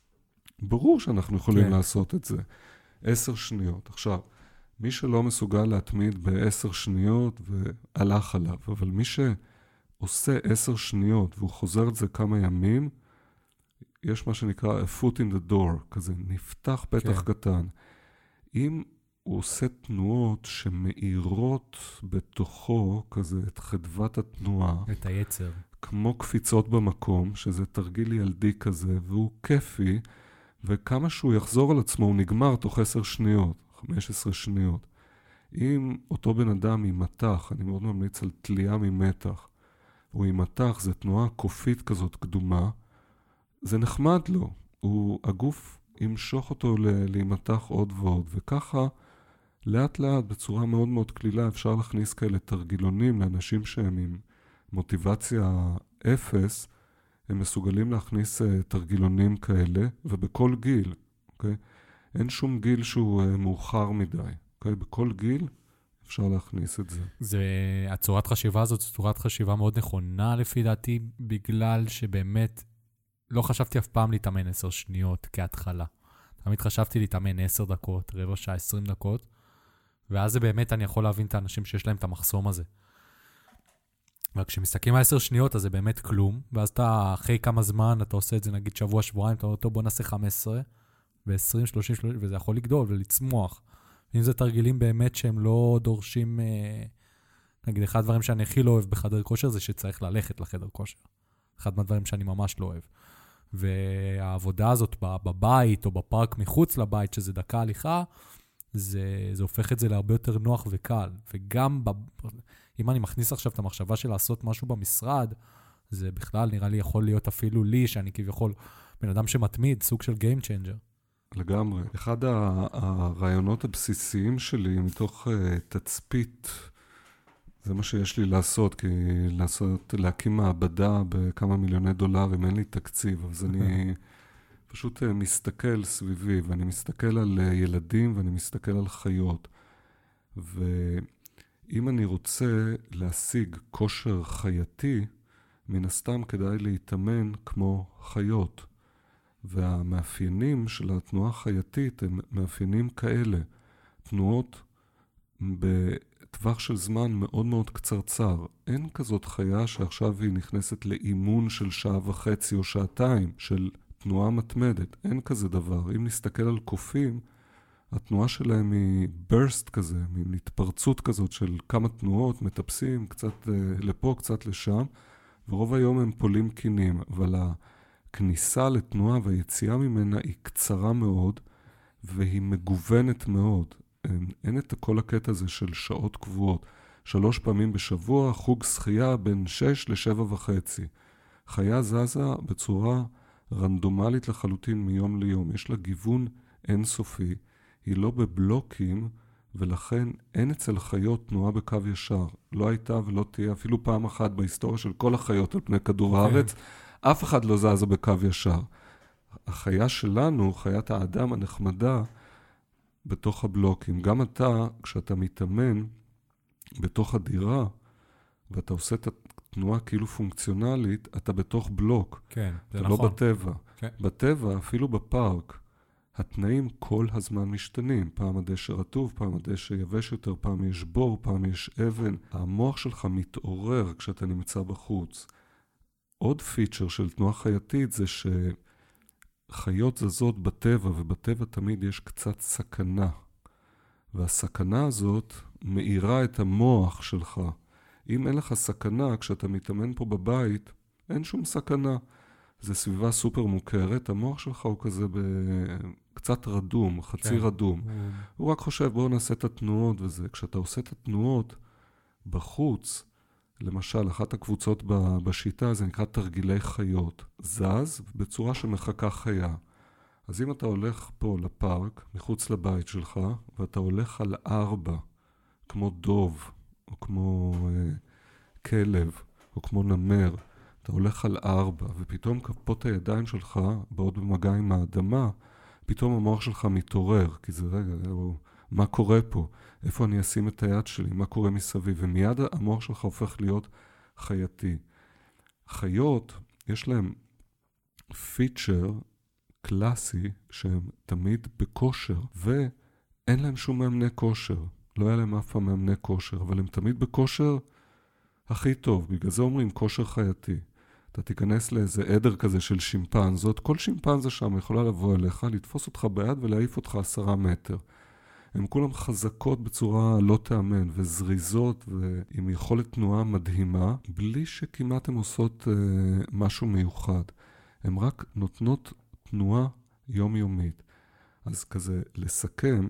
ברור שאנחנו יכולים כן. לעשות את זה. עשר שניות. עכשיו, מי שלא מסוגל להתמיד בעשר שניות והלך עליו, אבל מי שעושה עשר שניות והוא חוזר את זה כמה ימים, יש מה שנקרא a foot in the door, כזה נפתח פתח כן. קטן. אם הוא עושה תנועות שמאירות בתוכו כזה את חדוות התנועה. את היצר. כמו קפיצות במקום, שזה תרגיל ילדי כזה, והוא כיפי, וכמה שהוא יחזור על עצמו, הוא נגמר תוך עשר שניות, חמש עשרה שניות. אם אותו בן אדם עם מתח, אני מאוד ממליץ על תלייה ממתח, הוא עם מתח, זה תנועה קופית כזאת קדומה, זה נחמד לו. הוא, הגוף ימשוך אותו להימתח עוד ועוד, וככה לאט לאט בצורה מאוד מאוד כלילה אפשר להכניס כאלה תרגילונים לאנשים שהם עם מוטיבציה אפס, הם מסוגלים להכניס uh, תרגילונים כאלה, ובכל גיל, אוקיי? אין שום גיל שהוא uh, מאוחר מדי, אוקיי? בכל גיל אפשר להכניס את זה. זה, הצורת חשיבה הזאת, זו צורת חשיבה מאוד נכונה לפי דעתי, בגלל שבאמת לא חשבתי אף פעם להתאמן עשר שניות כהתחלה. תמיד חשבתי להתאמן עשר דקות, רבע שעה, עשרים דקות, ואז זה באמת אני יכול להבין את האנשים שיש להם את המחסום הזה. וכשמסתכלים על עשר שניות, אז זה באמת כלום, ואז אתה, אחרי כמה זמן, אתה עושה את זה, נגיד שבוע, שבועיים, אתה אומר, טוב, בוא נעשה חמש עשרה, ו-עשרים, שלושים, שלושים, וזה יכול לגדול ולצמוח. אם זה תרגילים באמת שהם לא דורשים, נגיד, אחד הדברים שאני הכי לא אוהב בחדר כושר, זה שצריך ללכת לחדר כושר. אחד מהדברים שאני ממש לא אוהב. והעבודה הזאת בבית, או בפארק מחוץ לבית, שזה דקה הליכה, זה, זה הופך את זה להרבה יותר נוח וקל. וגם ב... אם אני מכניס עכשיו את המחשבה של לעשות משהו במשרד, זה בכלל נראה לי יכול להיות אפילו לי, שאני כביכול בן אדם שמתמיד, סוג של game changer. לגמרי. אחד הרעיונות הבסיסיים שלי מתוך uh, תצפית, זה מה שיש לי לעשות, כי לעשות, להקים מעבדה בכמה מיליוני דולרים, אין לי תקציב, אז אני פשוט uh, מסתכל סביבי, ואני מסתכל על uh, ילדים, ואני מסתכל על חיות. ואם אני רוצה להשיג כושר חייתי, מן הסתם כדאי להתאמן כמו חיות. והמאפיינים של התנועה החייתית הם מאפיינים כאלה. תנועות בטווח של זמן מאוד מאוד קצרצר. אין כזאת חיה שעכשיו היא נכנסת לאימון של שעה וחצי או שעתיים של תנועה מתמדת. אין כזה דבר. אם נסתכל על קופים, התנועה שלהם היא burst כזה, מין התפרצות כזאת של כמה תנועות, מטפסים קצת לפה, קצת לשם, ורוב היום הם פולים קינים, אבל הכניסה לתנועה והיציאה ממנה היא קצרה מאוד, והיא מגוונת מאוד. אין, אין את כל הקטע הזה של שעות קבועות. שלוש פעמים בשבוע, חוג שחייה בין שש לשבע וחצי. חיה זזה בצורה רנדומלית לחלוטין מיום ליום. יש לה גיוון אינסופי. היא לא בבלוקים, ולכן אין אצל חיות תנועה בקו ישר. לא הייתה ולא תהיה אפילו פעם אחת בהיסטוריה של כל החיות על פני כדור הארץ. אף אחד לא זזה בקו ישר. החיה שלנו, חיית האדם הנחמדה, בתוך הבלוקים. גם אתה, כשאתה מתאמן בתוך הדירה, ואתה עושה את התנועה כאילו פונקציונלית, אתה בתוך בלוק. כן, זה נכון. אתה לא בטבע. כן. בטבע, אפילו בפארק, התנאים כל הזמן משתנים. פעם הדשא רטוב, פעם הדשא יבש יותר, פעם יש בור, פעם יש אבן. המוח שלך מתעורר כשאתה נמצא בחוץ. עוד פיצ'ר של תנועה חייתית זה שחיות זזות בטבע, ובטבע תמיד יש קצת סכנה. והסכנה הזאת מאירה את המוח שלך. אם אין לך סכנה, כשאתה מתאמן פה בבית, אין שום סכנה. זה סביבה סופר מוכרת, המוח שלך הוא כזה קצת רדום, חצי כן. רדום. הוא... הוא רק חושב, בואו נעשה את התנועות וזה. כשאתה עושה את התנועות בחוץ, למשל, אחת הקבוצות בשיטה, זה נקרא תרגילי חיות. זז בצורה שמחכה חיה. אז אם אתה הולך פה לפארק, מחוץ לבית שלך, ואתה הולך על ארבע, כמו דוב, או כמו אה, כלב, או כמו נמר, אתה הולך על ארבע, ופתאום כפות הידיים שלך באות במגע עם האדמה, פתאום המוח שלך מתעורר, כי זה רגע, או, מה קורה פה? איפה אני אשים את היד שלי? מה קורה מסביב? ומיד המוח שלך הופך להיות חייתי. חיות, יש להם פיצ'ר קלאסי שהם תמיד בכושר, ואין להם שום מאמני כושר. לא היה להם אף פעם מאמני כושר, אבל הם תמיד בכושר הכי טוב. בגלל זה אומרים כושר חייתי. אתה תיכנס לאיזה עדר כזה של שימפנזות, כל שימפנזה שם יכולה לבוא אליך, לתפוס אותך ביד ולהעיף אותך עשרה מטר. הן כולם חזקות בצורה לא תאמן, וזריזות ועם יכולת תנועה מדהימה, בלי שכמעט הן עושות אה, משהו מיוחד. הן רק נותנות תנועה יומיומית. אז כזה לסכם,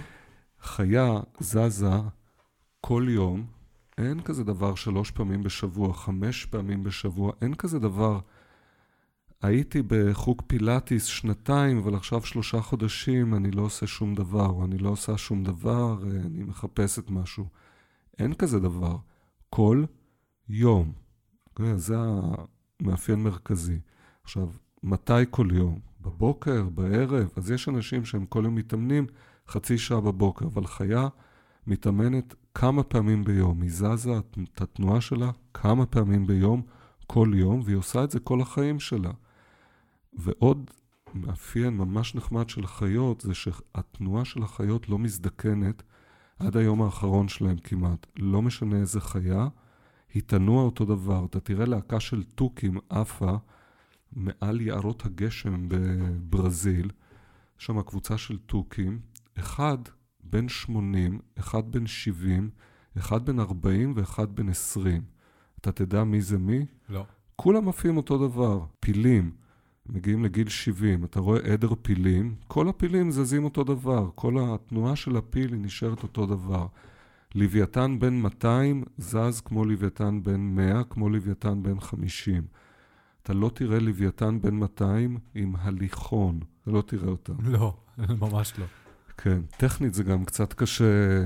חיה זזה כל יום, אין כזה דבר שלוש פעמים בשבוע, חמש פעמים בשבוע, אין כזה דבר. הייתי בחוג פילאטיס שנתיים, אבל עכשיו שלושה חודשים אני לא עושה שום דבר, או אני לא עושה שום דבר, אני מחפשת משהו. אין כזה דבר. כל יום. זה המאפיין מרכזי. עכשיו, מתי כל יום? בבוקר, בערב? אז יש אנשים שהם כל יום מתאמנים חצי שעה בבוקר, אבל חיה מתאמנת כמה פעמים ביום. היא זזה את התנועה שלה כמה פעמים ביום, כל יום, והיא עושה את זה כל החיים שלה. ועוד מאפיין ממש נחמד של חיות, זה שהתנועה של החיות לא מזדקנת עד היום האחרון שלהם כמעט. לא משנה איזה חיה, היא תנוע אותו דבר. אתה תראה להקה של טוקים עפה מעל יערות הגשם בברזיל, שם הקבוצה של טוקים, אחד בן שמונים, אחד בן שבעים, אחד בן ארבעים ואחד בן עשרים. אתה תדע מי זה מי? לא. כולם עפים אותו דבר. פילים, מגיעים לגיל שבעים, אתה רואה עדר פילים, כל הפילים זזים אותו דבר, כל התנועה של הפיל היא נשארת אותו דבר. לוויתן בן מאתיים זז כמו לוויתן בן מאה, כמו לוויתן בן חמישים. אתה לא תראה לוויתן בן מאתיים עם הליכון, אתה לא תראה אותם. לא, ממש לא. כן, טכנית זה גם קצת קשה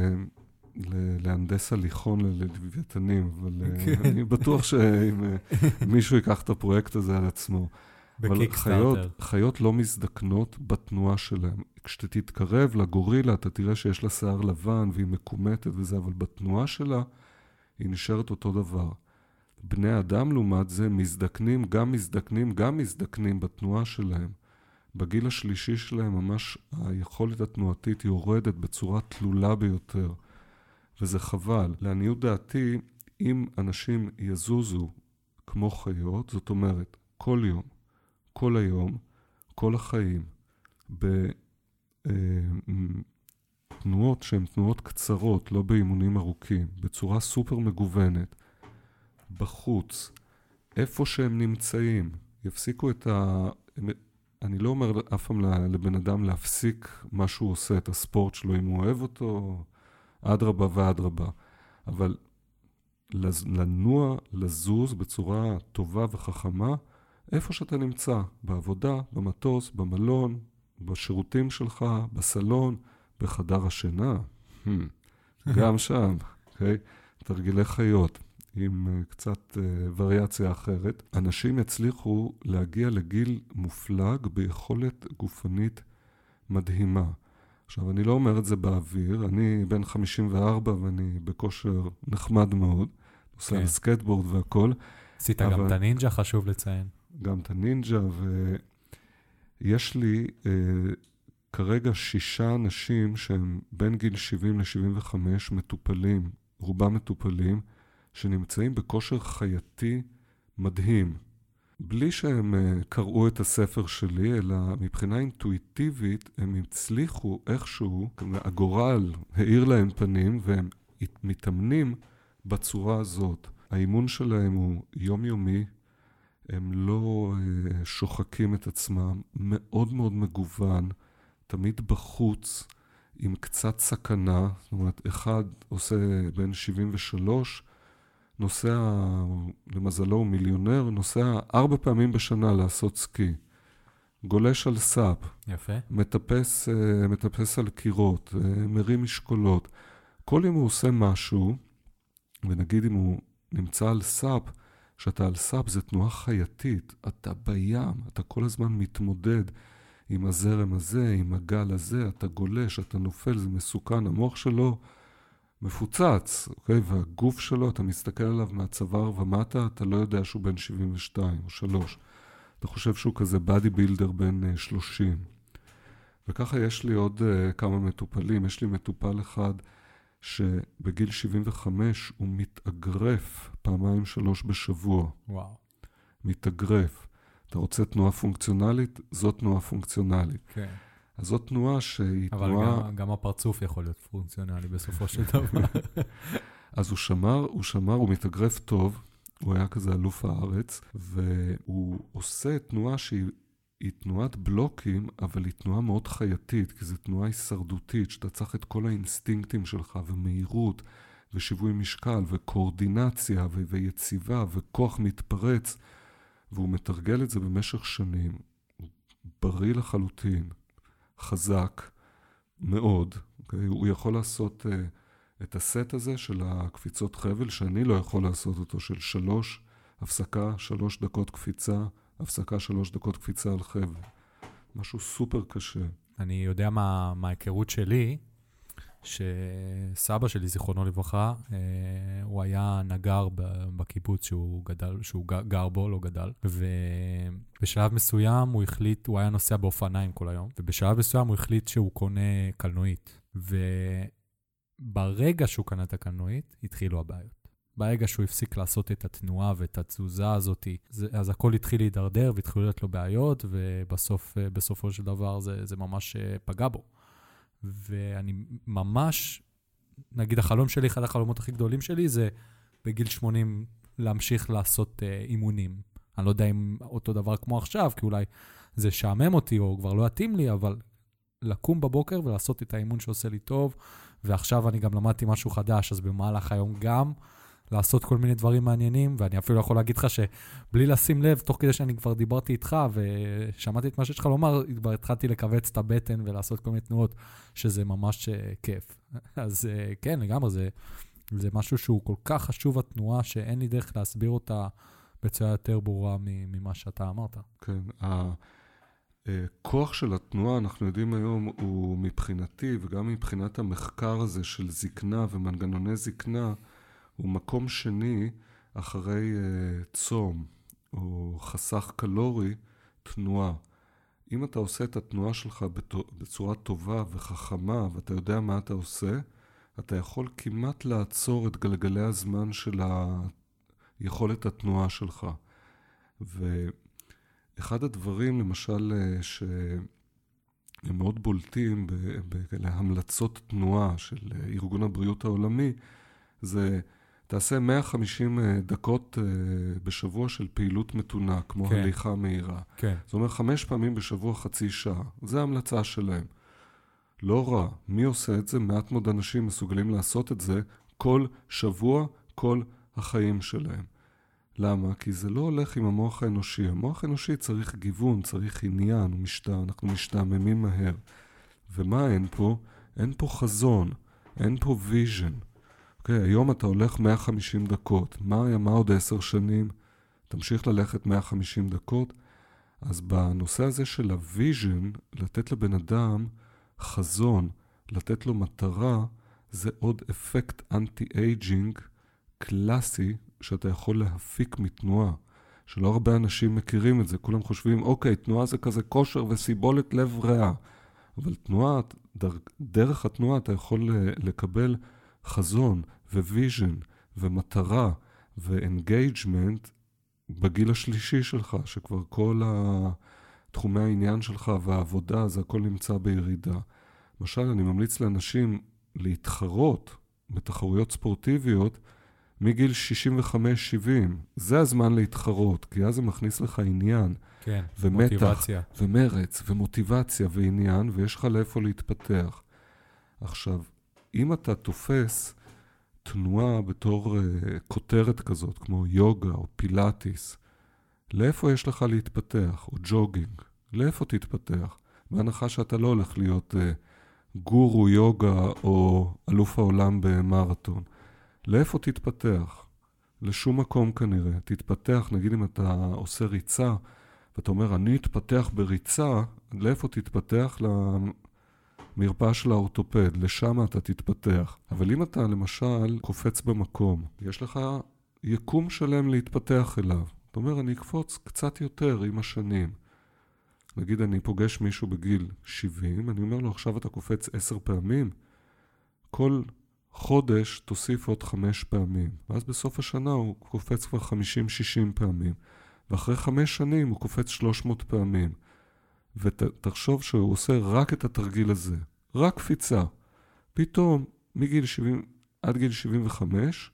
להנדס הליכון ללוויתנים, אבל אני בטוח שאם מישהו ייקח את הפרויקט הזה על עצמו. אבל חיות, חיות לא מזדקנות בתנועה שלהם. כשאתה תתקרב לגורילה, אתה תראה שיש לה שיער לבן והיא מקומטת וזה, אבל בתנועה שלה היא נשארת אותו דבר. בני אדם לעומת זה מזדקנים, גם מזדקנים, גם מזדקנים בתנועה שלהם. בגיל השלישי שלהם ממש היכולת התנועתית יורדת בצורה תלולה ביותר. וזה חבל. לעניות דעתי, אם אנשים יזוזו כמו חיות, זאת אומרת, כל יום, כל היום, כל החיים, בתנועות שהן תנועות קצרות, לא באימונים ארוכים, בצורה סופר מגוונת, בחוץ, איפה שהם נמצאים, יפסיקו את ה... אני לא אומר אף פעם לבן אדם להפסיק מה שהוא עושה, את הספורט שלו, אם הוא אוהב אותו, אדרבה ואדרבה. אבל לנוע, לזוז בצורה טובה וחכמה, איפה שאתה נמצא, בעבודה, במטוס, במלון, בשירותים שלך, בסלון, בחדר השינה, גם שם, okay? תרגילי חיות. עם קצת וריאציה אחרת, אנשים יצליחו להגיע לגיל מופלג ביכולת גופנית מדהימה. עכשיו, אני לא אומר את זה באוויר, אני בן חמישים וארבע ואני בכושר נחמד מאוד, עושה על סקייטבורד והכל. עשית גם את הנינג'ה, חשוב לציין. גם את הנינג'ה, ויש לי אה, כרגע שישה אנשים שהם בין גיל שבעים ל-שבעים וחמש מטופלים, רובם מטופלים, שנמצאים בכושר חייתי מדהים. בלי שהם uh, קראו את הספר שלי, אלא מבחינה אינטואיטיבית, הם הצליחו איכשהו, הגורל העיר להם פנים, והם מתאמנים בצורה הזאת. האימון שלהם הוא יומיומי, הם לא uh, שוחקים את עצמם, מאוד מאוד מגוון. תמיד בחוץ, עם קצת סכנה, זאת אומרת, אחד עושה בין שבעים ושלוש, נוסע, למזלו הוא מיליונר, נוסע ארבע פעמים בשנה לעשות סקי. גולש על סאפ. יפה. מטפס, מטפס על קירות, מרים משקולות. כל יום הוא עושה משהו, ונגיד אם הוא נמצא על סאפ, שאתה על סאפ זה תנועה חייתית, אתה בים, אתה כל הזמן מתמודד עם הזרם הזה, עם הגל הזה, אתה גולש, אתה נופל, זה מסוכן, המוח שלו מפוצץ, אוקיי? והגוף שלו, אתה מסתכל עליו מהצוואר ומטה, אתה לא יודע שהוא בן שבעים ושתיים או שלוש. אתה חושב שהוא כזה בדי בילדר בן שלושים. וככה יש לי עוד uh, כמה מטופלים. יש לי מטופל אחד שבגיל שבעים וחמש הוא מתאגרף פעמיים שלוש בשבוע. וואו. מתאגרף. אתה רוצה תנועה פונקציונלית? זאת תנועה פונקציונלית. כן. אז זאת תנועה שהיא אבל תנועה... אבל גם, גם הפרצוף יכול להיות פונקציונלי בסופו של דבר. אז הוא שמר, הוא שמר, הוא מתאגרף טוב, הוא היה כזה אלוף הארץ, והוא עושה תנועה שהיא היא תנועת בלוקים, אבל היא תנועה מאוד חייתית, כי זו תנועה הישרדותית, שאתה צריך את כל האינסטינקטים שלך, ומהירות, ושיווי משקל, וקואורדינציה, ו- ויציבה, וכוח מתפרץ, והוא מתרגל את זה במשך שנים. הוא בריא לחלוטין, חזק, מאוד. Okay? הוא יכול לעשות uh, את הסט הזה של הקפיצות חבל, שאני לא יכול לעשות אותו, של שלוש, הפסקה, שלוש דקות קפיצה, הפסקה שלוש דקות קפיצה על חבל. משהו סופר קשה. אני יודע מה, מה ההיכרות שלי, שסבא שלי, זיכרונו לברכה, אה, הוא היה נגר בקיבוץ שהוא גדל, שהוא גר בו, לא גדל, ובשלב מסוים הוא החליט, הוא היה נוסע באופניים כל היום, ובשלב מסוים הוא החליט שהוא קונה קלנועית, וברגע שהוא קנה את הקלנועית, התחילו הבעיות. ברגע שהוא הפסיק לעשות את התנועה ואת התזוזה הזאת, אז הכל התחיל להידרדר והתחילו להיות לו בעיות, ובסוף, בסופו של דבר זה, זה ממש פגע בו. ואני ממש, נגיד החלום שלי, אחד החלומות הכי גדולים שלי, זה בגיל שמונים להמשיך לעשות אה, אימונים. אני לא יודע אם אותו דבר כמו עכשיו, כי אולי זה שעמם אותי או כבר לא יתאים לי, אבל לקום בבוקר ולעשות את האימון שעושה לי טוב, ועכשיו אני גם למדתי משהו חדש, אז במהלך היום גם לעשות כל מיני דברים מעניינים, ואני אפילו יכול להגיד לך שבלי לשים לב, תוך כדי שאני כבר דיברתי איתך, ושמעתי את מה שיש לך לומר, כבר התחלתי לקבץ את הבטן ולעשות כל מיני תנועות, שזה ממש כיף. אז כן, לגמרי, זה, זה משהו שהוא כל כך חשוב התנועה, שאין לי דרך להסביר אותה בצורה יותר ברורה ממה שאתה אמרת. כן, הכוח של התנועה, אנחנו יודעים היום, הוא מבחינתי, וגם מבחינת המחקר הזה של זקנה ומנגנוני זקנה, הוא מקום שני אחרי uh, צום או חסך קלורי, תנועה. אם אתה עושה את התנועה שלך בצורה טובה וחכמה, ואתה יודע מה אתה עושה, אתה יכול כמעט לעצור את גלגלי הזמן של היכולת התנועה שלך. ואחד הדברים, למשל, שהם מאוד בולטים בהמלצות תנועה של ארגון הבריאות העולמי, זה תעשה מאה וחמישים דקות בשבוע של פעילות מתונה, כמו כן. הליכה מהירה. כן. זאת אומרת, חמש פעמים בשבוע חצי שעה. זה ההמלצה שלהם. לא רע. מי עושה את זה? מעט מאוד אנשים מסוגלים לעשות את זה כל שבוע, כל החיים שלהם. למה? כי זה לא הולך עם המוח האנושי. המוח האנושי צריך גיוון, צריך עניין, משתע, אנחנו משתעממים מהר. ומה אין פה? אין פה חזון, אין פה ויז'ן. אוקיי, okay, היום אתה הולך מאה וחמישים דקות. מה, מה עוד עשר שנים? תמשיך ללכת מאה וחמישים דקות. אז בנושא הזה של הוויז'ן, לתת לבן אדם חזון, לתת לו מטרה, זה עוד אפקט אנטי-אייג'ינג קלאסי שאתה יכול להפיק מתנועה. שלא הרבה אנשים מכירים את זה. כולם חושבים, אוקיי, תנועה זה כזה כושר וסיבולת לב ריאה. אבל תנועה, דרך התנועה אתה יכול לקבל חזון וויז'ן ומטרה ואנגייג'מנט בגיל השלישי שלך, שכבר כל תחומי העניין שלך והעבודה, זה הכל נמצא בירידה. למשל, אני ממליץ לאנשים להתחרות בתחרויות ספורטיביות מגיל שישים וחמש שבעים. זה הזמן להתחרות, כי אז זה מכניס לך עניין. כן, ומתח, מוטיבציה. ומרץ, ומוטיבציה, ועניין, ויש לך לאיפה להתפתח. עכשיו, אם אתה תופס תנועה בתור uh, כותרת כזאת, כמו יוגה או פילאטיס, לאיפה יש לך להתפתח? או ג'וגינג, לאיפה תתפתח? בהנחה שאתה לא הולך להיות uh, גורו יוגה או אלוף העולם במרתון. לאיפה תתפתח? לשום מקום כנראה. תתפתח, נגיד אם אתה עושה ריצה, ואתה אומר, אני אתפתח בריצה, לאיפה תתפתח? למרפאה של האורתופד, לשם אתה תתפתח. אבל אם אתה למשל קופץ במקום, יש לך יקום שלם להתפתח אליו. אתה אומר, אני אקפוץ קצת יותר עם השנים. נגיד אני פוגש מישהו בגיל שבעים, אני אומר לו, עכשיו אתה קופץ עשר פעמים, כל חודש תוסיף עוד חמש פעמים. ואז בסוף השנה הוא קופץ כבר חמישים שישים פעמים. ואחרי חמש שנים הוא קופץ שלוש מאות פעמים. ותחשוב שהוא עושה רק את התרגיל הזה. רק קפיצה. פתאום, מגיל שבעים עד גיל שבעים וחמש,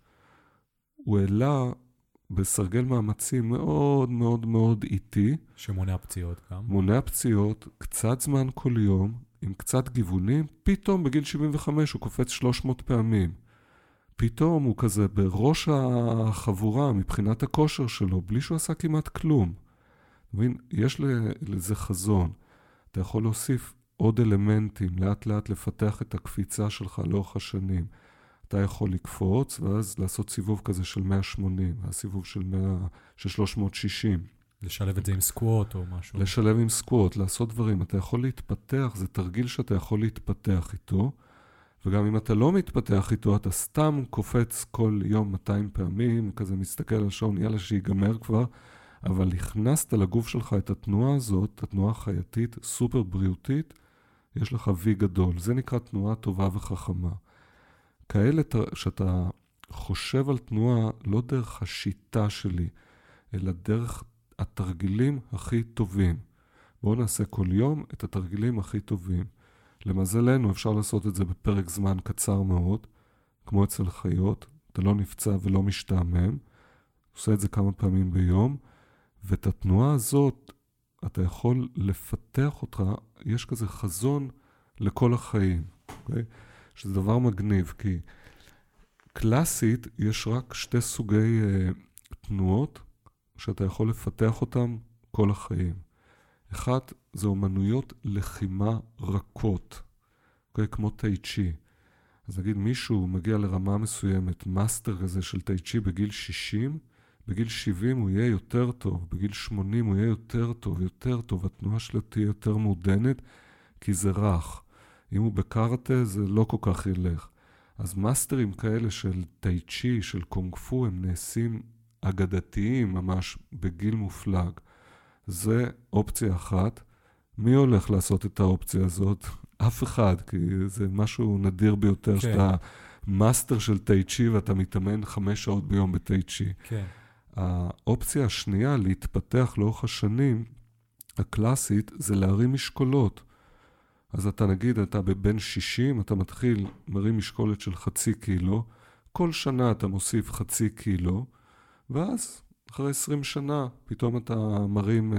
הוא העלה בסרגל מאמצים מאוד מאוד מאוד איטי. שמונע פציעות גם. מונע פציעות, קצת זמן כל יום, עם קצת גיוונים, פתאום בגיל שבעים וחמש הוא קופץ שלוש מאות פעמים. פתאום הוא כזה בראש החבורה מבחינת הכושר שלו, בלי שהוא עשה כמעט כלום. מבין, יש לזה חזון. אתה יכול להוסיף עוד אלמנטים, לאט לאט לפתח את הקפיצה שלך לאורך השנים. אתה יכול לקפוץ, ואז לעשות סיבוב כזה של מאה ושמונים, הסיבוב של, מאה, של שלוש מאות שישים. לשלב את זה עם סקווט או משהו. לשלב עם סקווט, לעשות דברים. אתה יכול להתפתח, זה תרגיל שאתה יכול להתפתח איתו, וגם אם אתה לא מתפתח איתו, אתה סתם קופץ כל יום מאתיים פעמים, כזה מסתכל על השעון, יאללה שיגמר כבר, אבל הכנסת לגוף שלך את התנועה הזאת, התנועה חייתית, סופר בריאותית, יש לך וי גדול. זה נקרא תנועה טובה וחכמה. כאלה שאתה חושב על תנועה לא דרך השיטה שלי, אלא דרך התרגילים הכי טובים. בואו נעשה כל יום את התרגילים הכי טובים. למזלנו אפשר לעשות את זה בפרק זמן קצר מאוד, כמו אצל חיות, אתה לא נפצע ולא משתעמם, עושה את זה כמה פעמים ביום, ואת התנועה הזאת אתה יכול לפתח אותך, יש כזה חזון לכל החיים, אוקיי? שזה דבר מגניב, כי קלאסית יש רק שתי סוגי uh, תנועות שאתה יכול לפתח אותם כל החיים. אחד, זה אומנויות לחימה רכות, אוקיי? כמו טאי צ'י. אז נגיד מישהו מגיע לרמה מסוימת, מאסטר כזה של טאי צ'י בגיל שישים, בגיל שבעים הוא יהיה יותר טוב, בגיל שמונים הוא יהיה יותר טוב, יותר טוב, התנועה שלו תהיה יותר מעודנת, כי זה רך. אם הוא בקארטה זה לא כל כך ילך. אז מאסטרים כאלה של טאי צ'י, של קונג פו, הם נעשים אגדתיים ממש בגיל מופלג. זה אופציה אחת. מי הולך לעשות את האופציה הזאת? אף אחד, כי זה משהו נדיר ביותר, כן. שאתה מאסטר של טאי צ'י ואתה מתאמן חמש שעות ביום בטאי צ'י. כן. האופציה השנייה להתפתח לאורך השנים, הקלאסית, זה להרים משקולות. אז אתה נגיד, אתה בבין שישים, אתה מתחיל מרים משקולת של חצי קילו, כל שנה אתה מוסיף חצי קילו, ואז אחרי עשרים שנה פתאום אתה מרים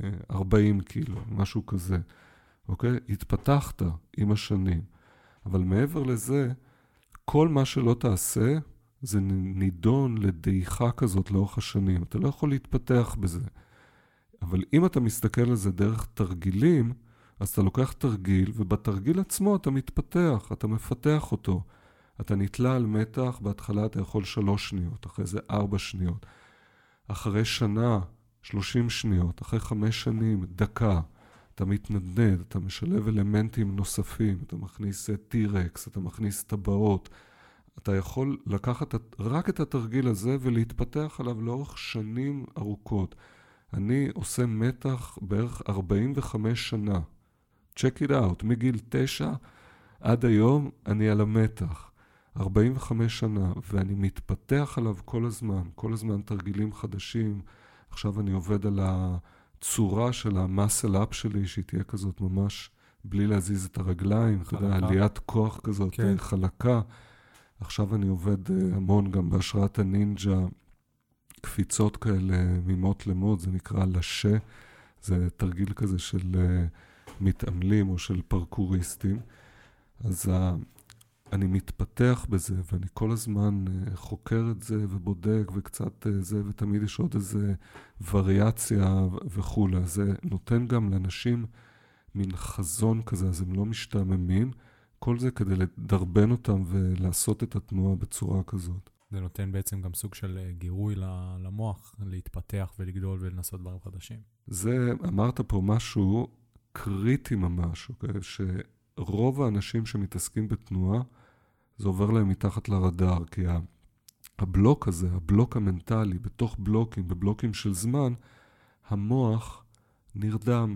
ארבעים קילו, משהו כזה. אוקיי? התפתחת עם השנים. אבל מעבר לזה, כל מה שלא תעשה, זה נידון לדעיכה כזאת לאורך השנים. אתה לא יכול להתפתח בזה. אבל אם אתה מסתכל על זה דרך תרגילים, אז אתה לוקח תרגיל, ובתרגיל עצמו אתה מתפתח, אתה מפתח אותו. אתה נתלה על מתח, בהתחלה אתה יכול שלוש שניות, אחרי זה ארבע שניות. אחרי שנה, שלושים שניות, אחרי חמש שנים, דקה. אתה מתנדנד, אתה משלב אלמנטים נוספים, אתה מכניס טירקס, אתה מכניס טבעות. אתה יכול לקחת רק את התרגיל הזה ולהתפתח עליו לאורך שנים ארוכות. אני עושה מתח בערך ארבעים וחמש שנה. check it out, מגיל תשע עד היום אני על המתח. ארבעים וחמש שנה, ואני מתפתח עליו כל הזמן, כל הזמן תרגילים חדשים. עכשיו אני עובד על הצורה של המאסל אפ שלי, שהיא תהיה כזאת ממש בלי להזיז את הרגליים, אתה יודע, עליית כוח כזאת, כן. חלקה. עכשיו אני עובד המון גם בהשראת הנינג'ה, קפיצות כאלה ממות למות, זה נקרא לשה. זה תרגיל כזה של uh, מתעמלים או של פרקוריסטים. אז uh, אני מתפתח בזה, ואני כל הזמן uh, חוקר את זה ובודק וקצת uh, זה, ותמיד יש עוד איזה וריאציה וכו'. זה נותן גם לאנשים מין חזון כזה, אז הם לא משתעממים. כל זה כדי לדרבן אותם ולעשות את התנועה בצורה כזאת. זה נותן בעצם גם סוג של גירוי למוח, להתפתח ולגדול ולנסות דברים חדשים. זה, אמרת פה משהו קריטי ממש, אוקיי? שרוב האנשים שמתעסקים בתנועה, זה עובר להם מתחת לרדאר, כי הבלוק הזה, הבלוק המנטלי, בתוך בלוקים, בבלוקים של זמן, המוח נרדם.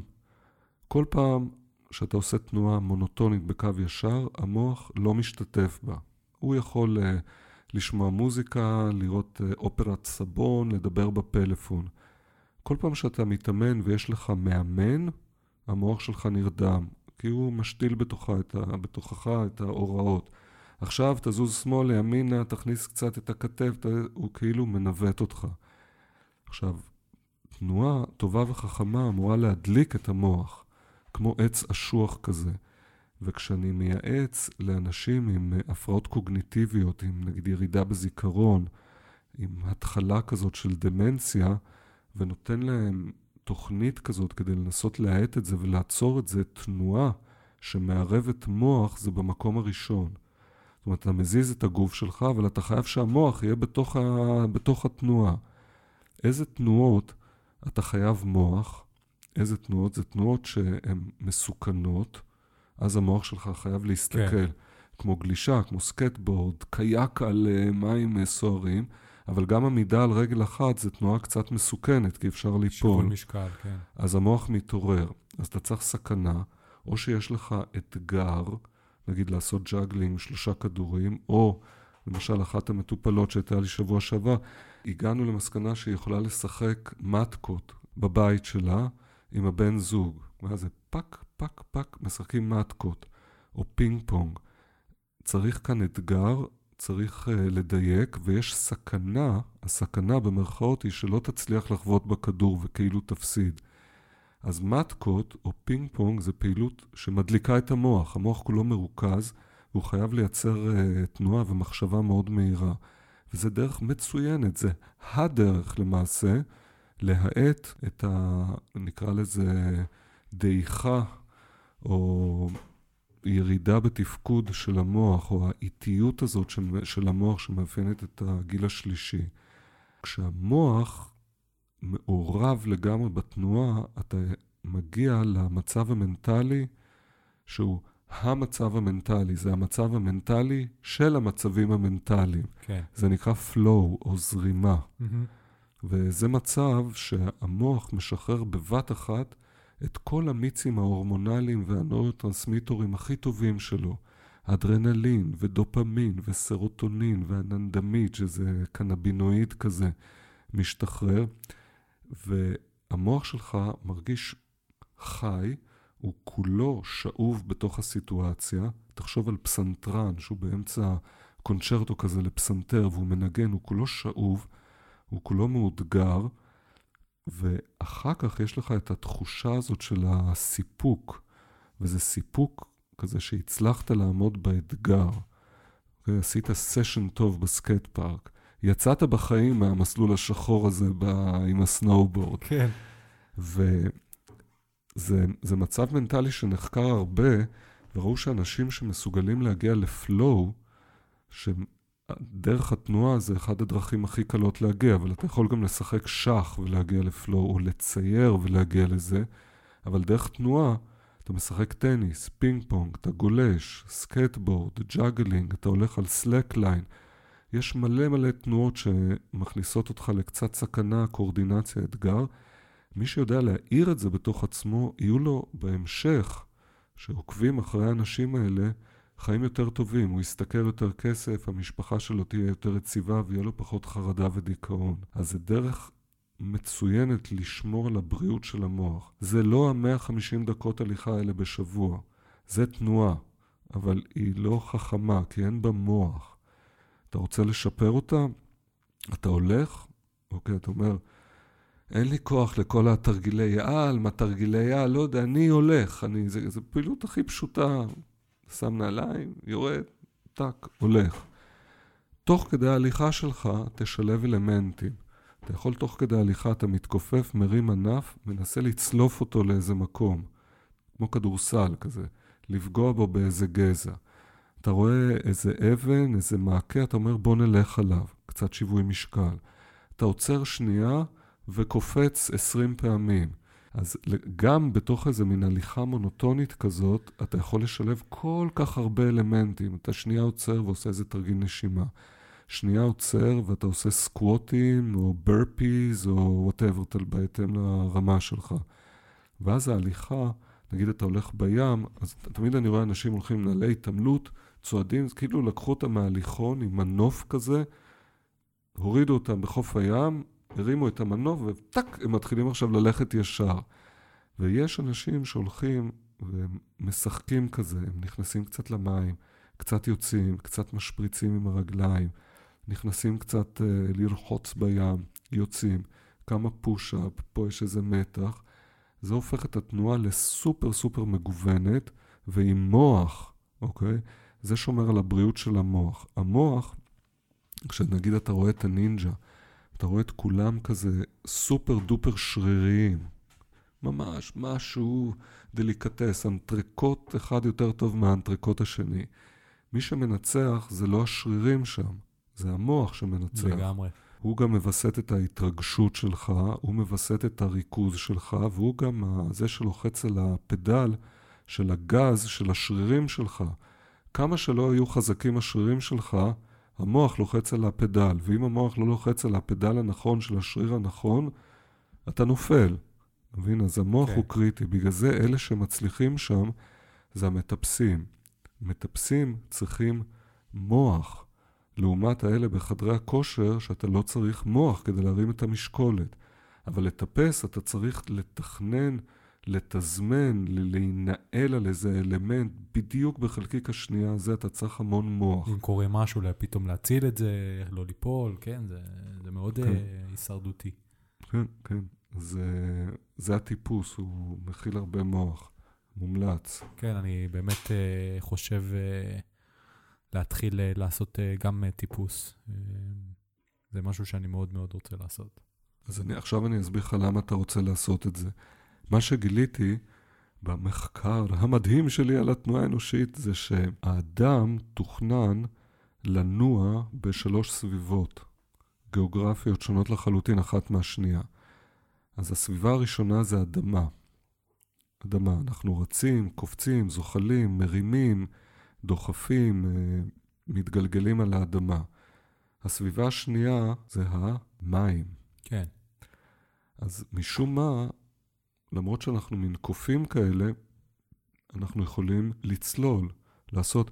כל פעם שאתה עושה תנועה מונוטונית בקו ישר, המוח לא משתתף בה. הוא יכול uh, לשמוע מוזיקה, לראות uh, אופרת סבון, לדבר בפלאפון. כל פעם שאתה מתאמן ויש לך מאמן, המוח שלך נרדם, כי הוא משתיל בתוכה את ה, בתוכך את ההוראות. עכשיו תזוז שמאל לימינה, תכניס קצת את הכתב, ת... הוא כאילו מנווט אותך. עכשיו, תנועה טובה וחכמה אמורה להדליק את המוח. כמו עץ אשוח כזה. וכשאני מייעץ לאנשים עם הפרעות קוגניטיביות, עם נגיד ירידה בזיכרון, עם התחלה כזאת של דמנציה, ונותן להם תוכנית כזאת כדי לנסות להאט את זה ולעצור את זה, תנועה שמערבת מוח, זה במקום הראשון. זאת אומרת, אתה מזיז את הגוף שלך, אבל אתה חייב שהמוח יהיה בתוך, ה... בתוך התנועה. איזה תנועות אתה חייב מוח? איזה תנועות? זה תנועות שהן מסוכנות, אז המוח שלך חייב להסתכל, כן. כמו גלישה, כמו סקטבורד, קייק על uh, מים סוערים, אבל גם עמידה על רגל אחת זה תנועה קצת מסוכנת, כי אפשר ליפול. שיווי משקל, כן. אז המוח מתעורר, אז אתה צריך סכנה, או שיש לך אתגר, נגיד לעשות ג'אגלינג, שלושה כדורים, או למשל אחת המטופלות שהייתה לי שבוע שעבר, הגענו למסקנה שהיא יכולה לשחק מתקות בבית שלה, עם הבן זוג, ואז זה פק, פק, פק, משחקים מתקות, או פינג פונג. צריך כאן אתגר, צריך uh, לדייק, ויש סכנה, הסכנה במרכאות היא שלא תצליח לחוות בכדור וכאילו תפסיד. אז מתקות או פינג פונג זה פעילות שמדליקה את המוח, המוח כולו מרוכז, והוא חייב לייצר uh, תנועה ומחשבה מאוד מהירה. וזה דרך מצוינת, זה הדרך למעשה, להאט את ה... נקרא לזה דעיכה או ירידה בתפקוד של המוח, או האיטיות הזאת של המוח שמאפיינת את הגיל השלישי. כשהמוח מעורב לגמרי בתנועה, אתה מגיע למצב המנטלי שהוא המצב המנטלי, זה המצב המנטלי של המצבים המנטליים. כן. זה נקרא flow או זרימה. Mm-hmm. וזה מצב שהמוח משחרר בבת אחת את כל המיצים ההורמונליים והנוירוטרנסמיטורים הכי טובים שלו. אדרנלין ודופמין וסרוטונין והננדמית, שזה קנבינואיד כזה, משתחרר. והמוח שלך מרגיש חי, הוא כולו שאוב בתוך הסיטואציה. תחשוב על פסנתרן שהוא באמצע קונצ'רטו כזה לפסנתר והוא מנגן, הוא כולו שאוב. הוא כולו מאותגר, ואחר כך יש לך את התחושה הזאת של הסיפוק, וזה סיפוק כזה שהצלחת לעמוד באתגר. עשית סשן טוב בסקייט פארק, יצאת בחיים מהמסלול השחור הזה עם הסנואובורד. כן. וזה זה מצב מנטלי שנחקר הרבה, וראו שאנשים שמסוגלים להגיע לפלואו, שהם דרך התנועה זה אחד הדרכים הכי קלות להגיע, אבל אתה יכול גם לשחק שח ולהגיע לפלואו, או לצייר ולהגיע לזה, אבל דרך תנועה אתה משחק טניס, פינג פונג, אתה גולש, סקייטבורד, ג'אגלינג, אתה הולך על סלקליין. יש מלא מלא תנועות שמכניסות אותך לקצת סכנה, קואורדינציה, אתגר. מי שיודע להעיר את זה בתוך עצמו, יהיו לו בהמשך, שעוקבים אחרי האנשים האלה, חיים יותר טובים, הוא יסתכל יותר כסף, המשפחה שלו תהיה יותר יציבה ויהיה לו פחות חרדה ודיכאון. אז זה דרך מצוינת לשמור על הבריאות של המוח. זה לא ה-מאה וחמישים דקות הליכה האלה בשבוע. זה תנועה, אבל היא לא חכמה, כי אין בה מוח. אתה רוצה לשפר אותה? אתה הולך, אוקיי, אתה אומר, אין לי כוח לכל התרגילי יעל, מה תרגילי יעל, לא יודע, אני הולך, אני, זה, זה פעילות הכי פשוטה, שם נעליים, יורד, טק, הולך. תוך כדי ההליכה שלך תשלב אלמנטים. אתה יכול תוך כדי ההליכה, אתה מתכופף, מרים ענף, מנסה לצלוף אותו לאיזה מקום, כמו כדורסל כזה, לפגוע בו באיזה גזע. אתה רואה איזה אבן, איזה מעקה, אתה אומר בוא נלך עליו, קצת שיווי משקל. אתה עוצר שנייה וקופץ עשרים פעמים. אז גם בתוך איזה מין הליכה מונוטונית כזאת, אתה יכול לשלב כל כך הרבה אלמנטים. אתה שנייה עוצר ועושה איזה תרגיל נשימה. שנייה עוצר ואתה עושה סקווטים או ברפיז או whatever, בהתאם לרמה שלך. ואז ההליכה, נגיד אתה הולך בים, אז תמיד אני רואה אנשים הולכים נעלי התעמלות, צועדים, כאילו לקחו אותם מההליכון עם מנוף כזה, הורידו אותם בחוף הים, הרימו את המנוף וטק, הם מתחילים עכשיו ללכת ישר. ויש אנשים שהולכים ומשחקים כזה, הם נכנסים קצת למים, קצת יוצאים, קצת משפריצים עם הרגליים, נכנסים קצת uh, לרחוץ בים, יוצאים, כמה פוש-אפ, פה יש איזה מתח. זה הופך את התנועה לסופר סופר מגוונת, ועם מוח, אוקיי? זה שומר על הבריאות של המוח. המוח, כשנגיד אתה רואה את הנינג'ה, אתה רואה את כולם כזה סופר דופר שריריים. ממש, משהו דליקטס, אנטריקוט אחד יותר טוב מהאנטריקוט השני. מי שמנצח זה לא השרירים שם, זה המוח שמנצח. לגמרי. הוא גם מבסט את ההתרגשות שלך, הוא מבסט את הריכוז שלך, והוא גם זה שלוחץ על הפדל של הגז של השרירים שלך. כמה שלא היו חזקים השרירים שלך, המוח לוחץ על הפדל, ואם המוח לא לוחץ על הפדל הנכון של השריר הנכון, אתה נופל. מבין? אז המוח okay. הוא קריטי. בגלל זה אלה שמצליחים שם, זה המטפסים. מטפסים צריכים מוח. לעומת האלה בחדרי הכושר, שאתה לא צריך מוח כדי להרים את המשקולת. אבל לטפס אתה צריך לתכנן, לתזמן, להינעל על איזה אלמנט, בדיוק בחלקיק השנייה הזה אתה צריך המון מוח. אם קורה משהו, פתאום להציל את זה, לא ליפול, כן, זה, זה מאוד כן. הישרדותי. כן, כן. זה, זה הטיפוס, הוא מכיל הרבה מוח, מומלץ. כן, אני באמת חושב להתחיל לעשות גם טיפוס. זה משהו שאני מאוד מאוד רוצה לעשות. אז אני, עכשיו אני אסביר לך למה אתה רוצה לעשות את זה. מה שגיליתי במחקר המדהים שלי על התנועה האנושית, זה שהאדם תוכנן לנוע בשלוש סביבות, גיאוגרפיות שונות לחלוטין אחת מהשנייה. אז הסביבה הראשונה זה אדמה. אדמה, אנחנו רצים, קופצים, זוחלים, מרימים, דוחפים, מתגלגלים על האדמה. הסביבה השנייה זה המים. כן. אז משום מה, למרות שאנחנו מין קופים כאלה, אנחנו יכולים לצלול, לעשות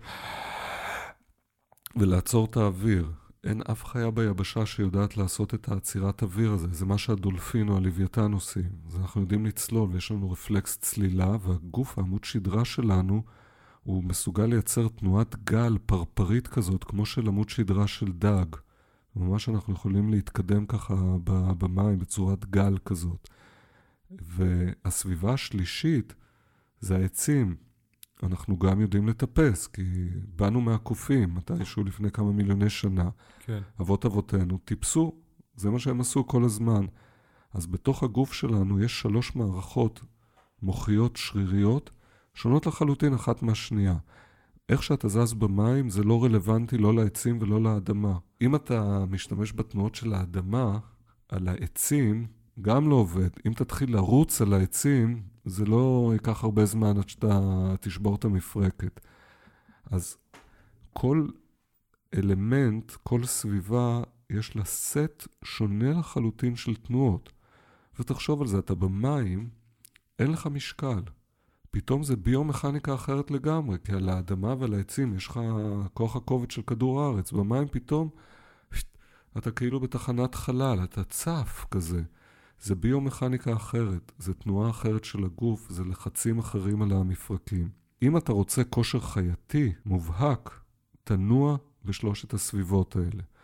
ולעצור את האוויר. אין אף חיה ביבשה שיודעת לעשות את העצירת אוויר הזה. זה מה שהדולפין או הלוויתן עושים. אז אנחנו יודעים לצלול, ויש לנו רפלקס צלילה, והגוף, העמוד שדרה שלנו, הוא מסוגל לייצר תנועת גל פרפרית כזאת, כמו של עמוד שדרה של דג. ממש אנחנו יכולים להתקדם ככה במים בצורת גל כזאת. והסביבה השלישית זה העצים. אנחנו גם יודעים לטפס, כי באנו מהקופים, מתישהו לפני כמה מיליוני שנה. כן. אבות אבותינו טיפסו, זה מה שהם עשו כל הזמן. אז בתוך הגוף שלנו יש שלוש מערכות מוחיות שריריות, שונות לחלוטין אחת מהשנייה. איך שאתה זז במים זה לא רלוונטי לא לעצים ולא לאדמה. אם אתה משתמש בתנועות של האדמה, על העצים, גם לא עובד. אם תתחיל לרוץ על העצים, זה לא ייקח הרבה זמן עד שאתה תשבור את המפרקת. אז כל אלמנט, כל סביבה, יש לה סט שונה לחלוטין של תנועות. ותחשוב על זה, אתה במים, אין לך משקל. פתאום זה ביומכניקה אחרת לגמרי, כי על האדמה ועל העצים יש לך כוח הכובד של כדור הארץ. במים פתאום אתה כאילו בתחנת חלל, אתה צף כזה. זה ביומכניקה אחרת, זה תנועה אחרת של הגוף, זה לחצים אחרים על המפרקים. אם אתה רוצה כושר חייתי, מובהק, תנוע בשלושת הסביבות האלה.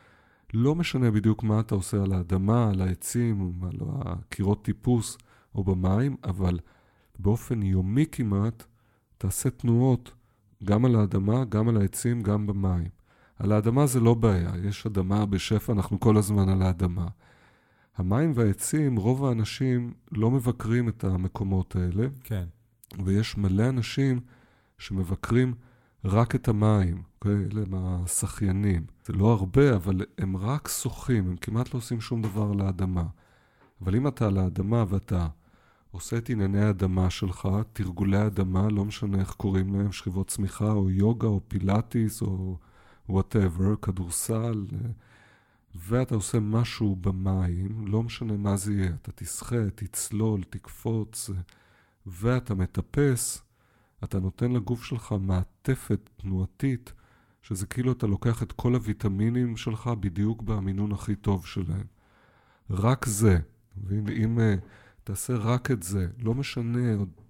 לא משנה בדיוק מה אתה עושה על האדמה, על העצים, על הקירות טיפוס או במים, אבל באופן יומי כמעט תעשה תנועות גם על האדמה, גם על העצים, גם במים. על האדמה זה לא בעיה, יש אדמה בשפע, אנחנו כל הזמן על האדמה. המים והעצים, רוב האנשים לא מבקרים את המקומות האלה. כן. ויש מלא אנשים שמבקרים רק את המים, אוקיי? אלה הם השחיינים. זה לא הרבה, אבל הם רק שוחים, הם כמעט לא עושים שום דבר על האדמה. אבל אם אתה על האדמה ואתה עושה את ענייני האדמה שלך, תרגולי אדמה, לא משנה איך קוראים להם, שכיבות צמיחה או יוגה או פילאטיס או whatever, כדורסל, ואתה עושה משהו במים, לא משנה מה זה יהיה, אתה תשחה, תצלול, תקפוץ, ואתה מטפס, אתה נותן לגוף שלך מעטפת תנועתית, שזה כאילו אתה לוקח את כל הוויטמינים שלך בדיוק במינון הכי טוב שלהם. רק זה, אם תעשה רק את זה, לא משנה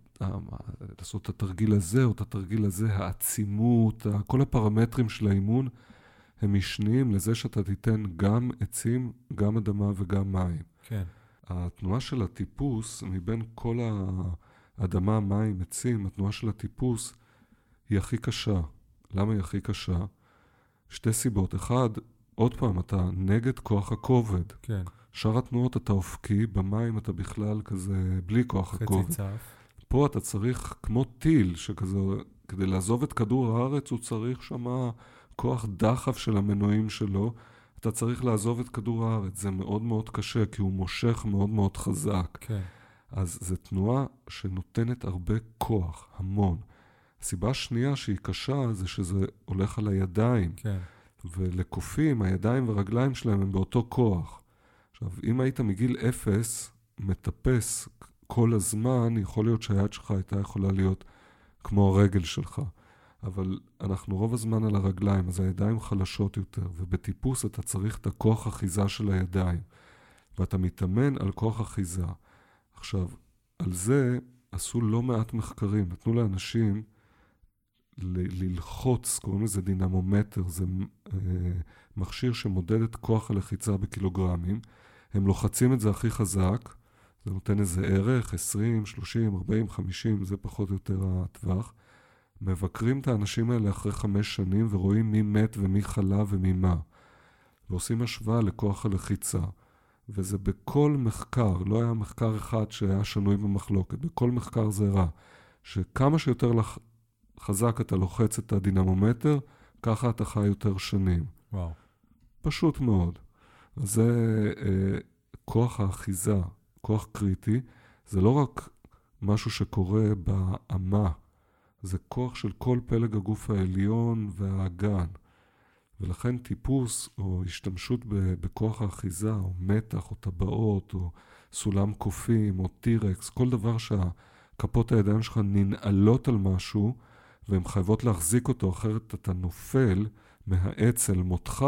לעשות את התרגיל הזה או את התרגיל הזה, העצימות, כל הפרמטרים של האימון, הם משניים לזה שאתה תיתן גם עצים, גם אדמה וגם מים. כן. התנועה של הטיפוס, מבין כל האדמה, מים, עצים, התנועה של הטיפוס היא הכי קשה. למה היא הכי קשה? שתי סיבות. אחד, עוד פעם, אתה נגד כוח הכובד. כן. שאר התנועות אתה אופקי, במים אתה בכלל כזה בלי כוח הכובד. חצי צף. פה אתה צריך, כמו טיל, שכזה, כדי לעזוב את כדור הארץ, הוא צריך שמה כוח דחף של המנועים שלו. אתה צריך לעזוב את כדור הארץ. זה מאוד מאוד קשה, כי הוא מושך מאוד מאוד חזק. כן. אז זו תנועה שנותנת הרבה כוח, המון. הסיבה השנייה שהיא קשה זה שזה הולך על הידיים. כן. ולקופים, הידיים והרגליים שלהם הם באותו כוח. עכשיו, אם היית מגיל אפס, מטפס כל הזמן, יכול להיות שהיד שלך הייתה יכולה להיות כמו הרגל שלך. אבל אנחנו רוב הזמן על הרגליים, אז הידיים חלשות יותר, ובטיפוס אתה צריך את הכוח אחיזה של הידיים, ואתה מתאמן על כוח אחיזה. עכשיו, על זה עשו לא מעט מחקרים, נתנו לאנשים ל- ללחוץ, קוראים לזה דינמומטר, זה אה, מכשיר שמודד את כוח הלחיצה בקילוגרמים, הם לוחצים את זה הכי חזק, זה נותן איזה ערך, עשרים, שלושים, ארבעים, חמישים, זה פחות או יותר הטווח, מבקרים את האנשים האלה אחרי חמש שנים ורואים מי מת ומי חלה ומי מה, ועושים השוואה לכוח הלחיצה. וזה בכל מחקר, לא היה מחקר אחד שהיה שנוי במחלוקת, בכל מחקר זה רע, שכמה שיותר לח... חזק אתה לוחץ את הדינמומטר, ככה אתה חי יותר שנים. וואו. פשוט מאוד. זה אה, כוח האחיזה, כוח קריטי, זה לא רק משהו שקורה באמה, זה כוח של כל פלג הגוף העליון והאגן. ולכן טיפוס או השתמשות בכוח האחיזה או מתח או טבעות או סולם קופים או טירקס, כל דבר שהכפות הידיים שלך ננעלות על משהו והן חייבות להחזיק אותו, אחרת אתה נופל מהעץ אל מותך,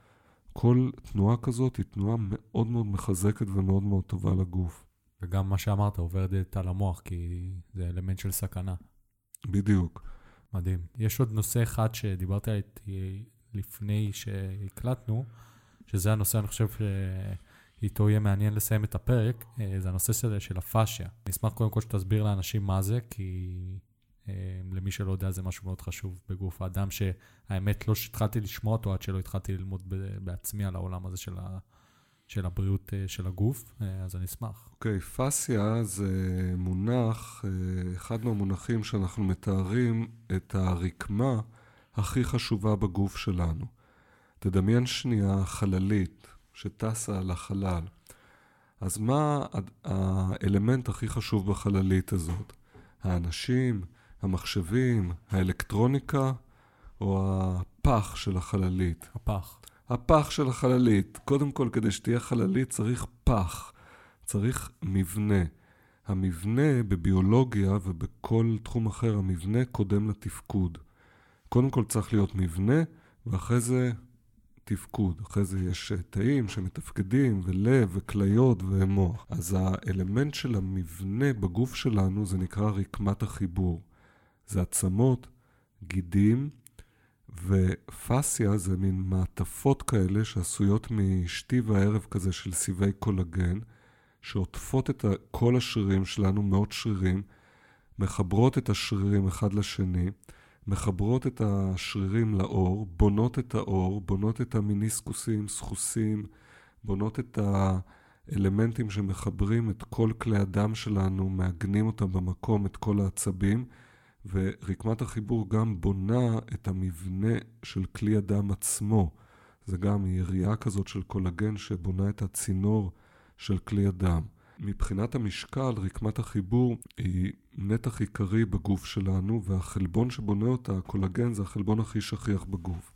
כל תנועה כזאת היא תנועה מאוד מאוד מחזקת ומאוד מאוד טובה לגוף. וגם מה שאמרת עוברת על המוח, כי זה אלמנט של סכנה. בדיוק. מדהים. יש עוד נושא אחד שדיברת איתי לפני שהקלטנו, שזה הנושא, אני חושב שאיתו יהיה מעניין לסיים את הפרק, זה הנושא של, של הפאשיה. אני אשמח קודם כל שתסביר לאנשים מה זה, כי למי שלא יודע זה משהו מאוד חשוב בגוף האדם, שהאמת לא שהתחלתי לשמוע אותו עד שלא התחלתי ללמוד בעצמי על העולם הזה של, ה, של הבריאות של הגוף, אז אני אשמח. אוקיי, okay, פאסיה זה מונח, אחד מהמונחים שאנחנו מתארים את הרקמה הכי חשובה בגוף שלנו. תדמיין שנייה חללית שטסה על החלל. אז מה האלמנט הכי חשוב בחללית הזאת? האנשים, המחשבים, האלקטרוניקה או הפח של החללית? הפח. הפח של החללית. קודם כל, כדי שתהיה חללית צריך פח, צריך מבנה. המבנה בביולוגיה ובכל תחום אחר, המבנה קודם לתפקוד. קודם כל צריך להיות מבנה, ואחרי זה תפקוד. אחרי זה יש תאים שמתפקדים, ולב, וכליות, ומוח. אז האלמנט של המבנה בגוף שלנו זה נקרא רקמת החיבור. זה עצמות, גידים, ופסיה זה מין מעטפות כאלה שעשויות משתי וערב כזה של סיבי קולגן, שעוטפות את כל השרירים שלנו, מאות שרירים, מחברות את השרירים אחד לשני, מחברות את השרירים לאור, בונות את האור, בונות את המיניסקוסים, סחוסים, בונות את האלמנטים שמחברים את כל כלי הדם שלנו, מעגנים אותם במקום, את כל העצבים, ורקמת החיבור גם בונה את המבנה של כלי הדם עצמו. זה גם יריעה כזאת של קולגן שבונה את הצינור של כלי הדם. מבחינת המשקל, רקמת החיבור היא נתח עיקרי בגוף שלנו, והחלבון שבונה אותה, הקולגן, זה החלבון הכי שכיח בגוף.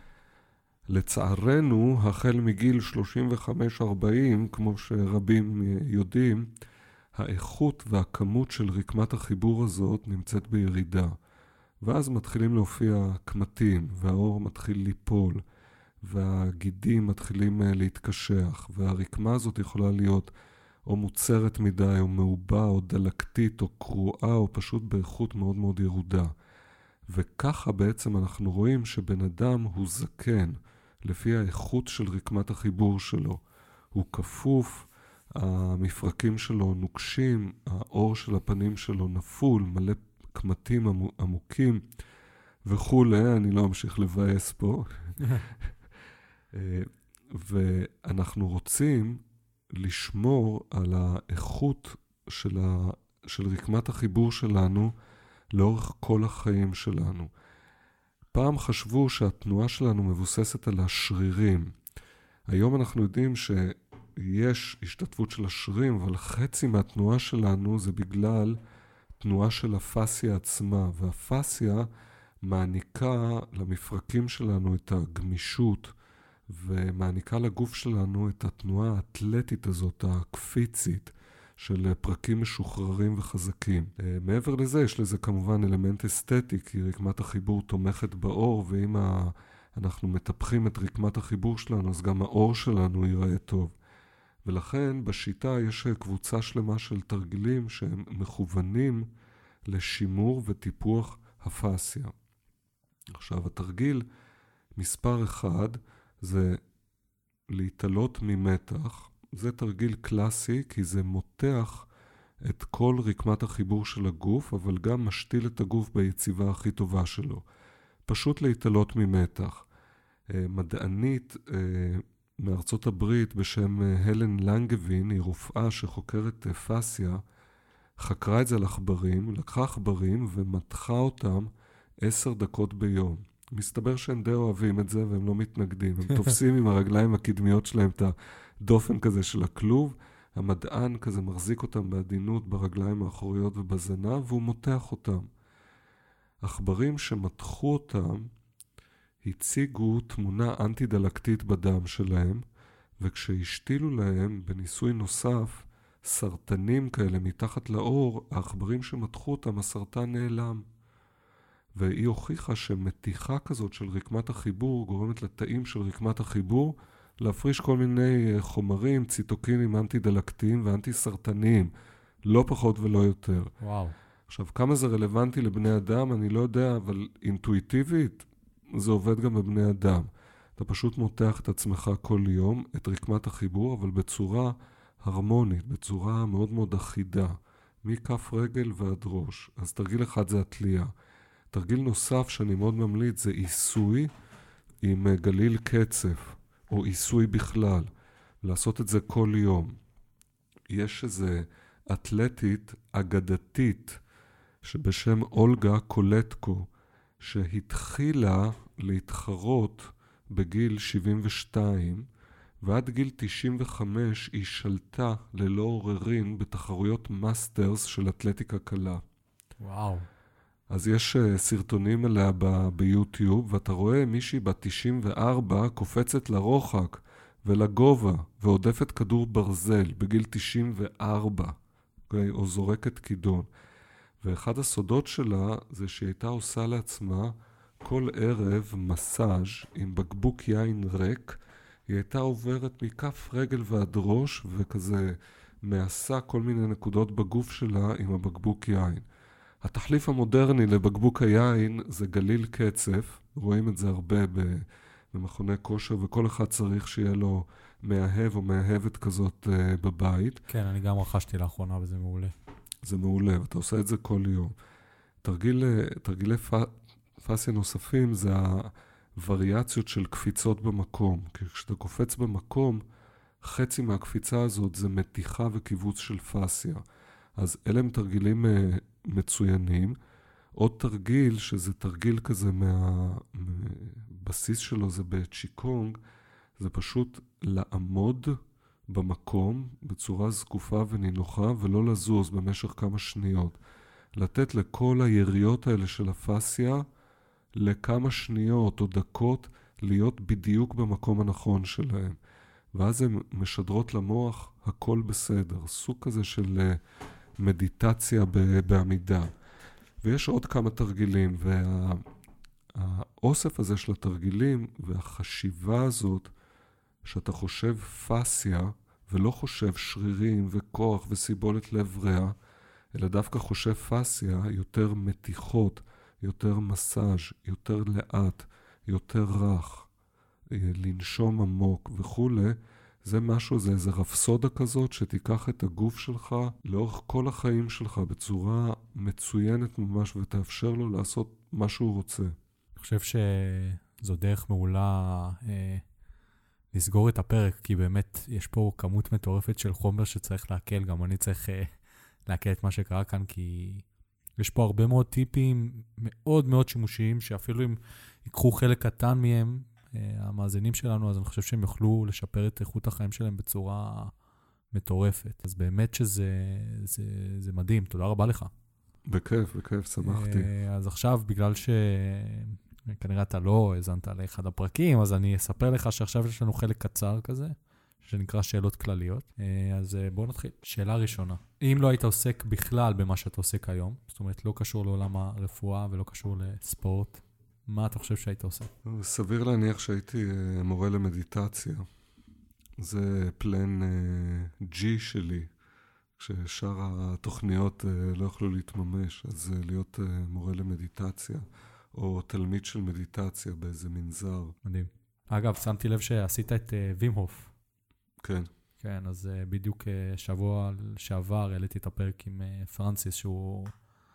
לצערנו, החל מגיל שלושים וחמש ארבעים, כמו שרבים יודעים, האיכות והכמות של רקמת החיבור הזאת נמצאת בירידה. ואז מתחילים להופיע קמטים, והאור מתחיל ליפול, והגידים מתחילים להתקשח, והרקמה הזאת יכולה להיות או מוצרת מדי, או מעובה, או דלקתית, או קרועה, או פשוט באיכות מאוד מאוד ירודה. וככה בעצם אנחנו רואים שבן אדם הוא זקן, לפי האיכות של רקמת החיבור שלו. הוא כפוף, המפרקים שלו נוקשים, האור של הפנים שלו נפול, מלא קמטים עמוקים וכו'. אני לא אמשיך לבאס פה. ואנחנו רוצים לשמור על האיכות של, ה... של רקמת החיבור שלנו לאורך כל החיים שלנו. פעם חשבו שהתנועה שלנו מבוססת על השרירים. היום אנחנו יודעים שיש השתתפות של השרירים, אבל חצי מהתנועה שלנו זה בגלל תנועה של הפסיה עצמה, והפסיה מעניקה למפרקים שלנו את הגמישות, ומעניקה לגוף שלנו את התנועה האתלטית הזאת, הקפיצית, של פרקים משוחררים וחזקים. מעבר לזה, יש לזה כמובן אלמנט אסתטי, כי רקמת החיבור תומכת באור, ואם אנחנו מטפחים את רקמת החיבור שלנו, אז גם האור שלנו ייראה טוב. ולכן בשיטה יש קבוצה שלמה של תרגילים שהם מכוונים לשימור וטיפוח הפסיה. עכשיו, התרגיל מספר אחד זה להתעלות ממתח. זה תרגיל קלאסי, כי זה מותח את כל רקמת החיבור של הגוף, אבל גם משתיל את הגוף ביציבה הכי טובה שלו. פשוט להתעלות ממתח. מדענית מארצות הברית בשם הלן לנגווין, היא רופאה שחוקרת פסיה, חקרה את זה על עכברים, לקחה עכברים ומתחה אותם עשר דקות ביום. מסתבר שהם די אוהבים את זה והם לא מתנגדים. הם תופסים עם הרגליים הקדמיות שלהם את הדופן כזה של הכלוב, המדען כזה מחזיק אותם בעדינות ברגליים האחוריות ובזנב, והוא מותח אותם. עכברים שמתחו אותם הציגו תמונה אנטי-דלקתית בדם שלהם, וכשהשתילו להם בניסוי נוסף סרטנים כאלה מתחת לאור, העכברים שמתחו אותם, הסרטן נעלם. והיא הוכיחה שמתיחה כזאת של רקמת החיבור גורמת לתאים של רקמת החיבור להפריש כל מיני חומרים, ציטוקינים אנטי-דלקתיים ואנטי-סרטניים, לא פחות ולא יותר. וואו. עכשיו, כמה זה רלוונטי לבני אדם, אני לא יודע, אבל אינטואיטיבית זה עובד גם בבני אדם. אתה פשוט מותח את עצמך כל יום, את רקמת החיבור, אבל בצורה הרמונית, בצורה מאוד מאוד אחידה, מכף רגל ועד ראש. אז תרגיל אחד זה התלייה. תרגיל נוסף שאני מאוד ממליץ זה עיסוי עם גליל קצף, או עיסוי בכלל. לעשות את זה כל יום. יש איזה אתלטית אגדתית שבשם אולגה קולטקו, שהתחילה להתחרות בגיל שבעים ושתיים, ועד גיל תשעים וחמש היא שלטה ללא עוררין בתחרויות מאסטרס של אתלטיקה קלה. וואו. אז יש סרטונים עליה ב- ביוטיוב, ואתה רואה מישהי בת תשעים וארבע קופצת לרוחק ולגובה, ועודפת כדור ברזל בגיל תשעים וארבע, okay? או זורקת כידון. ואחד הסודות שלה זה שהיא הייתה עושה לעצמה כל ערב מסאז' עם בקבוק יין ריק. היא הייתה עוברת מכף רגל ועד ראש, וכזה מעשה כל מיני נקודות בגוף שלה עם הבקבוק יין. התחליף המודרני לבקבוק היין זה גליל קצף, רואים את זה הרבה במכוני כושר, וכל אחד צריך שיהיה לו מאהב או מאהבת כזאת בבית. כן, אני גם רכשתי לאחרונה וזה מעולה. זה מעולה, ואתה עושה את זה כל יום. תרגיל, תרגילי פאסיה נוספים זה הווריאציות של קפיצות במקום. כי כשאתה קופץ במקום, חצי מהקפיצה הזאת זה מתיחה וקיבוץ של פאסיה. אז אלה הם תרגילים מצוינים. עוד תרגיל, שזה תרגיל כזה מהבסיס שלו, זה בצ'יקונג, זה פשוט לעמוד במקום בצורה זקופה ונינוחה ולא לזוז במשך כמה שניות. לתת לכל היריות האלה של הפאסיה לכמה שניות או דקות להיות בדיוק במקום הנכון שלהם. ואז הן משדרות למוח הכל בסדר. סוג כזה של מדיטציה בעמידה. ויש עוד כמה תרגילים, והאוסף הזה של התרגילים והחשיבה הזאת שאתה חושב פאסיה ולא חושב שרירים וכוח וסיבולת לב ריאה, אלא דווקא חושב פאסיה יותר מתיחות, יותר מסאז', יותר לאט, יותר רך, לנשום עמוק וכו'. זה משהו, זה איזה רפסודה כזאת שתיקח את הגוף שלך לאורך כל החיים שלך בצורה מצוינת ממש ותאפשר לו לעשות מה שהוא רוצה. אני חושב שזו דרך מעולה אה, לסגור את הפרק, כי באמת יש פה כמות מטורפת של חומר שצריך להקל. גם אני צריך אה, להקל את מה שקרה כאן, כי יש פה הרבה מאוד טיפים מאוד מאוד שימושיים, שאפילו אם ייקחו חלק קטן מהם, המאזינים שלנו, אז אני חושב שהם יוכלו לשפר את איכות החיים שלהם בצורה מטורפת. אז באמת שזה זה, זה מדהים. תודה רבה לך. בכיף, בכיף, שמחתי. אז עכשיו, בגלל שכנראה אתה לא האזנת לאחד הפרקים, אז אני אספר לך שעכשיו יש לנו חלק קצר כזה, שנקרא שאלות כלליות. אז בואו נתחיל. שאלה ראשונה. אם לא היית עוסק בכלל במה שאתה עוסק היום, זאת אומרת, לא קשור לעולם הרפואה ולא קשור לספורט, מה אתה חושב שהיית עושה? סביר להניח שהייתי מורה למדיטציה. זה פלן G שלי, כששאר התוכניות לא יכלו להתממש, אז להיות מורה למדיטציה, או תלמיד של מדיטציה באיזה מנזר. מדהים. אגב, שמתי לב שעשית את וים הוף. כן. כן, אז בדיוק שבוע שעבר העליתי את הפרק עם פרנסיס, שהוא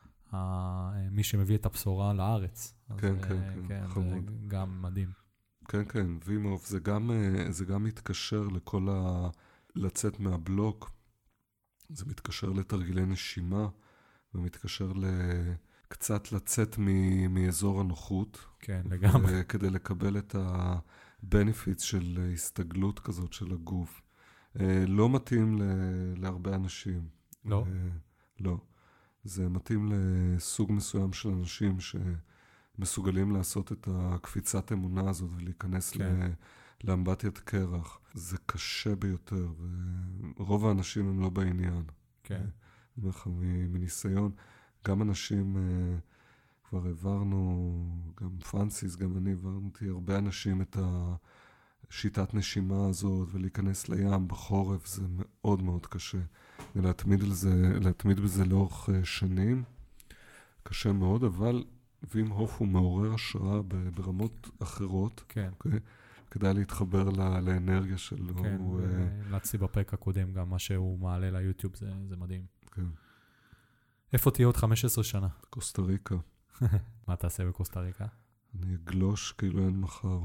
מי שמביא את הבשורה לארץ. כן, כן, כן, חמוד. זה גם מדהים. כן, כן, וים הוף, זה גם, זה גם מתקשר לכל ה... לצאת מהבלוק, זה מתקשר לתרגילי נשימה, ומתקשר לקצת לצאת מ... מאזור הנוחות. כן, לגמרי. כדי לקבל את ה-benefits של הסתגלות כזאת של הגוף. לא מתאים ל... להרבה אנשים. לא? לא. זה מתאים לסוג מסוים של אנשים שמסוגלים לעשות את הקפיצת אמונה הזאת ולהיכנס כן. לאמבטיית קרח. זה קשה ביותר, ורוב האנשים הם לא בעניין. כן. מניסיון, גם אנשים, כבר העברנו, גם פרנסיס, גם אני העברתי הרבה אנשים את השיטת נשימה הזאת, ולהיכנס לים בחורף, זה מאוד מאוד קשה. ולהתמיד על זה, להתמיד בזה לאורך שנים, קשה מאוד, אבל וים הוף הוא מעורר השראה ברמות אחרות. כן. Okay? כדאי להתחבר לאנרגיה שלו. כן, ולהציא בפרק הקודם, גם מה שהוא מעלה ליוטיוב, זה, זה מדהים. כן. איפה תהיה עוד חמש עשרה שנה? קוסטה ריקה. מה תעשה בקוסטה ריקה? אני אגלוש כאילו אין מחר.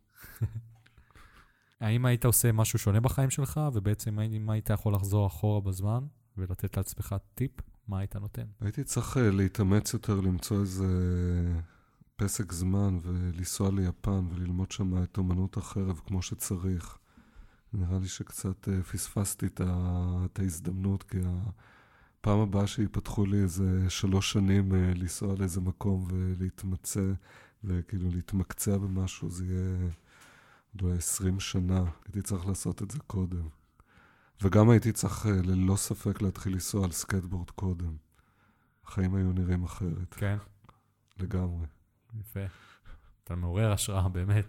האם היית עושה משהו שונה בחיים שלך, ובעצם אם היית יכול לחזור אחורה בזמן, ולתת לעצמך טיפ, מה היית נותן? הייתי צריך להתאמץ יותר, למצוא איזה פסק זמן, ולנסוע ליפן, וללמוד שם את אומנות החרב כמו שצריך. נראה לי שקצת פספסתי את ההזדמנות, כי הפעם הבאה שיפתחו לי איזה שלוש שנים לנסוע לאיזה מקום ולהתמצא, וכאילו להתמקצע במשהו, זה יהיה עוד עשרים שנה. הייתי צריך לעשות את זה קודם. וגם הייתי צריך ללא ספק להתחיל לנסוע על סקייטבורד קודם. החיים היו נראים אחרת. כן. לגמרי. יפה. אתה מעורר השראה, באמת.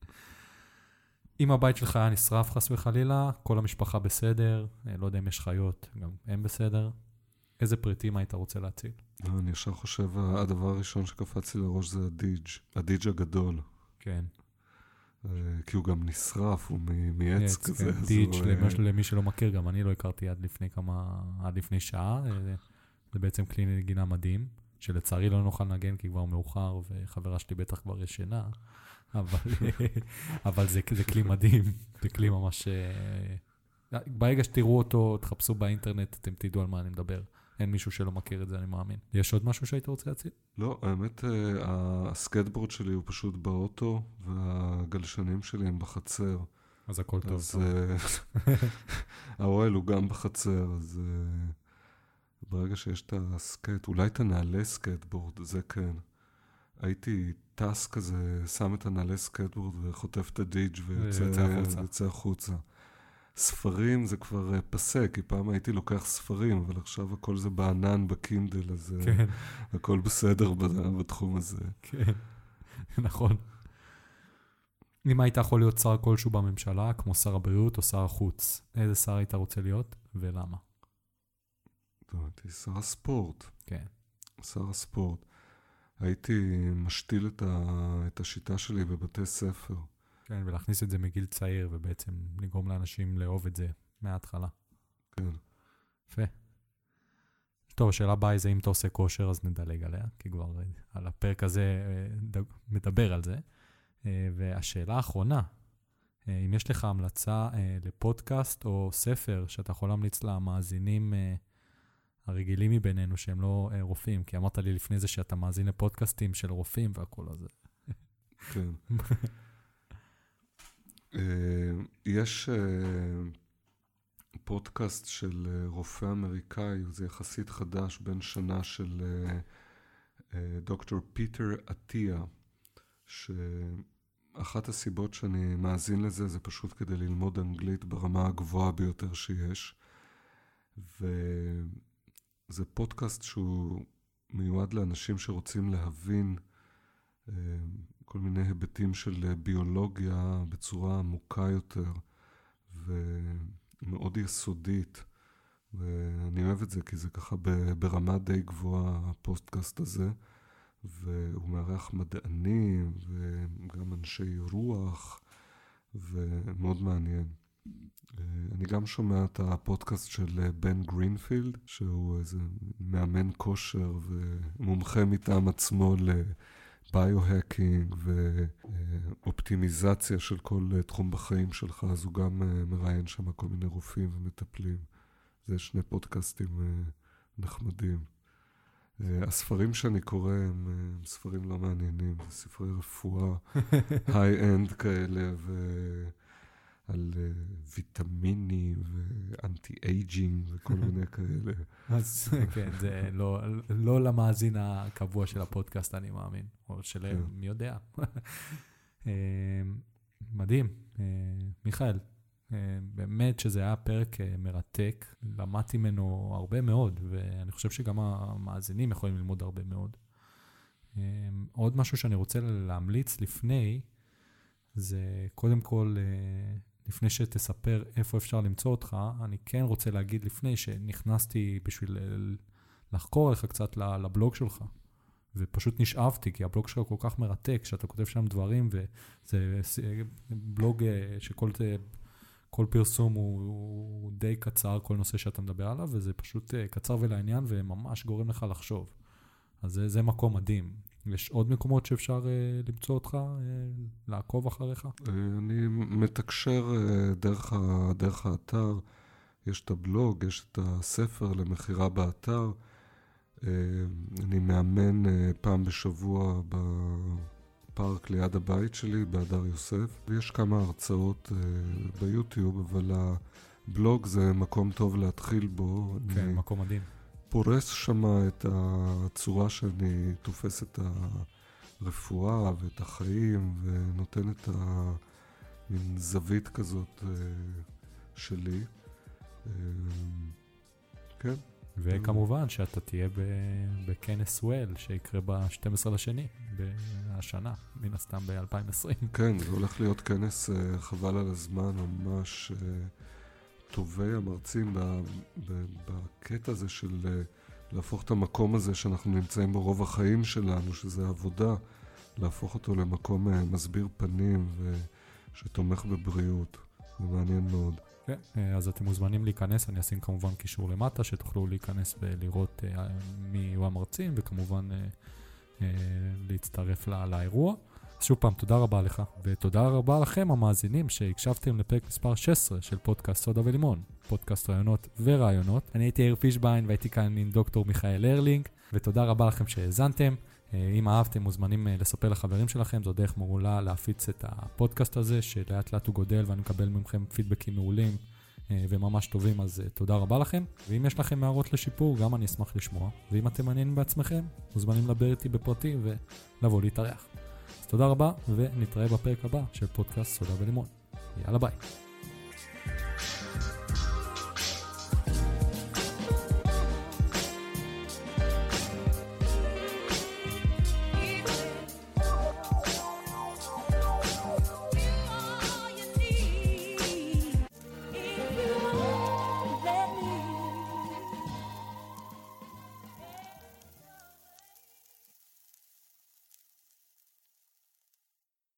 אם הבית שלך היה נשרף חס וחלילה, כל המשפחה בסדר, לא יודע אם יש חיות, גם הם בסדר. איזה פריטים היית רוצה להציל? אני ישר חושב, הדבר הראשון שקפץ לי לראש זה הדיג', הדיג' הגדול. כן. כי הוא גם נשרף, הוא מעץ כזה. דיג' למי שלא מכיר, גם אני לא הכרתי עד לפני כמה, עד לפני שעה. זה בעצם כלי נגינה מדהים, שלצערי לא נוכל לנגן כי כבר מאוחר, וחברה שלי בטח כבר ישנה, אבל, אבל זה, זה כלי מדהים, זה כלי ממש... ברגע שתראו אותו, תחפשו באינטרנט, אתם תדעו על מה אני מדבר. אין מישהו שלא מכיר את זה, אני מאמין. יש עוד משהו שהיית רוצה להציל? לא, האמת, הסקטבורד שלי הוא פשוט באוטו, והגלשנים שלי הם בחצר. אז הכל טוב. אז האוהל הוא גם בחצר, אז ברגע שיש את הסקט, אולי את הנעלי סקטבורד, זה כן. הייתי טס כזה, שם את הנעלי סקטבורד וחוטף את הדיג' ויוצא החוצה. ספרים זה כבר פסק, כי פעם הייתי לוקח ספרים, אבל עכשיו הכל זה בענן, בקינדל, אז כן. הכל בסדר בתחום הזה. כן, נכון. אם היית יכול להיות שר כלשהו בממשלה, כמו שר הבריאות או שר החוץ, איזה שר היית רוצה להיות ולמה? טוב, הייתי שר הספורט. כן. שר הספורט. הייתי משתיל את, ה... את השיטה שלי בבתי ספר. כן, ולהכניס את זה מגיל צעיר, ובעצם לגרום לאנשים לאהוב את זה מההתחלה. כן. יפה. טוב, השאלה הבאה זה אם אתה עושה כושר, אז נדלג עליה, כי כבר על הפרק הזה מדבר על זה. והשאלה האחרונה, אם יש לך המלצה לפודקאסט או ספר, שאתה יכול להמליץ למאזינים הרגילים מבינינו, שהם לא רופאים, כי אמרת לי לפני זה שאתה מאזין לפודקאסטים של רופאים והכל הזה. כן. יש פודקאסט של רופא אמריקאי, זה יחסית חדש, בין שנה של דוקטור פיטר עטיה, שאחת הסיבות שאני מאזין לזה זה פשוט כדי ללמוד אנגלית ברמה הגבוהה ביותר שיש. וזה פודקאסט שהוא מיועד לאנשים שרוצים להבין כל מיני היבטים של ביולוגיה בצורה עמוקה יותר ומאוד יסודית. ואני אוהב את זה כי זה ככה ברמה די גבוהה הפודקאסט הזה, והוא מארח מדענים וגם אנשי רוח ומאוד מעניין. אני גם שומע את הפודקאסט של בן גרינפילד, שהוא איזה מאמן כושר ומומחה מטעם עצמו לביו-הקינג ואופטימיזציה של כל תחום בחיים שלך, אז הוא גם מראיין שם כל מיני רופאים ומטפלים. זה שני פודקאסטים נחמדים. הספרים שאני קורא הם ספרים לא מעניינים, זה ספרי רפואה, היי-אנד כאלה, ועל ויטמינים ואנטי-אייג'ינג וכל מיני כאלה. אז כן, זה לא למאזין הקבוע של הפודקאסט, אני מאמין, או של מי יודע. מדהים. מיכאל, באמת שזה היה פרק מרתק, למדתי ממנו הרבה מאוד, ואני חושב שגם המאזינים יכולים ללמוד הרבה מאוד. עוד משהו שאני רוצה להמליץ לפני, זה קודם כל, לפני שתספר איפה אפשר למצוא אותך, אני כן רוצה להגיד לפני שנכנסתי בשביל לחקור לך קצת לבלוג שלך, ופשוט נשאבתי, כי הבלוג שלך כל כך מרתק, שאתה כותב שם דברים, וזה בלוג שכל... כל פרסום הוא, הוא די קצר, כל נושא שאתה מדבר עליו, וזה פשוט קצר ולעניין, וממש גורם לך לחשוב. אז זה, זה מקום מדהים. יש עוד מקומות שאפשר uh, למצוא אותך, uh, לעקוב אחריך? אני מתקשר uh, דרך, ה, דרך האתר, יש את הבלוג, יש את הספר למחירה באתר. Uh, אני מאמן uh, פעם בשבוע ב... פארק ליד הבית שלי, באדר יוסף, ויש כמה הרצאות uh, ביוטיוב, אבל הבלוג זה מקום טוב להתחיל בו. כן, מקום מדהים. פורס שמה את הצורה שאני תופס את הרפואה ואת החיים, ונותן את המין זווית כזאת uh, שלי. Uh, כן. וכמובן שאתה תהיה בכנס וול, שיקרה ב-שנים עשר לשני, השנה, מן הסתם ב-אלפיים ועשרים. כן, זה הולך להיות כנס חבל על הזמן, ממש טובי המרצים בקטע הזה של להפוך את המקום הזה שאנחנו נמצאים בו רוב החיים שלנו, שזה עבודה, להפוך אותו למקום מסביר פנים ושתומך בבריאות. זה מעניין מאוד. כן, אז אתם מוזמנים להיכנס, אני אשים כמובן קישור למטה, שתוכלו להיכנס ולראות מי יהיו המרצים, וכמובן להצטרף לאירוע. אז שוב פעם, תודה רבה לך, ותודה רבה לכם המאזינים שהקשבתם לפרק מספר שש עשרה של פודקאסט סודה ולימון, פודקאסט רעיונות ורעיונות. אני הייתי יאיר פישביין והייתי כאן עם דוקטור מיכאל הרלינג, ותודה רבה לכם שהאזנתם. אם אהבתם, מוזמנים לספר לחברים שלכם, זו דרך מעולה להפיץ את הפודקאסט הזה, שלאט לאט הוא גודל ואני מקבל מכם פידבקים מעולים וממש טובים, אז תודה רבה לכם. ואם יש לכם הערות לשיפור, גם אני אשמח לשמוע. ואם אתם מעניינים בעצמכם, מוזמנים לדבר איתי בפרטי ולבוא להתארח. אז תודה רבה, ונתראה בפרק הבא של פודקאסט סודה ולימון. יאללה ביי.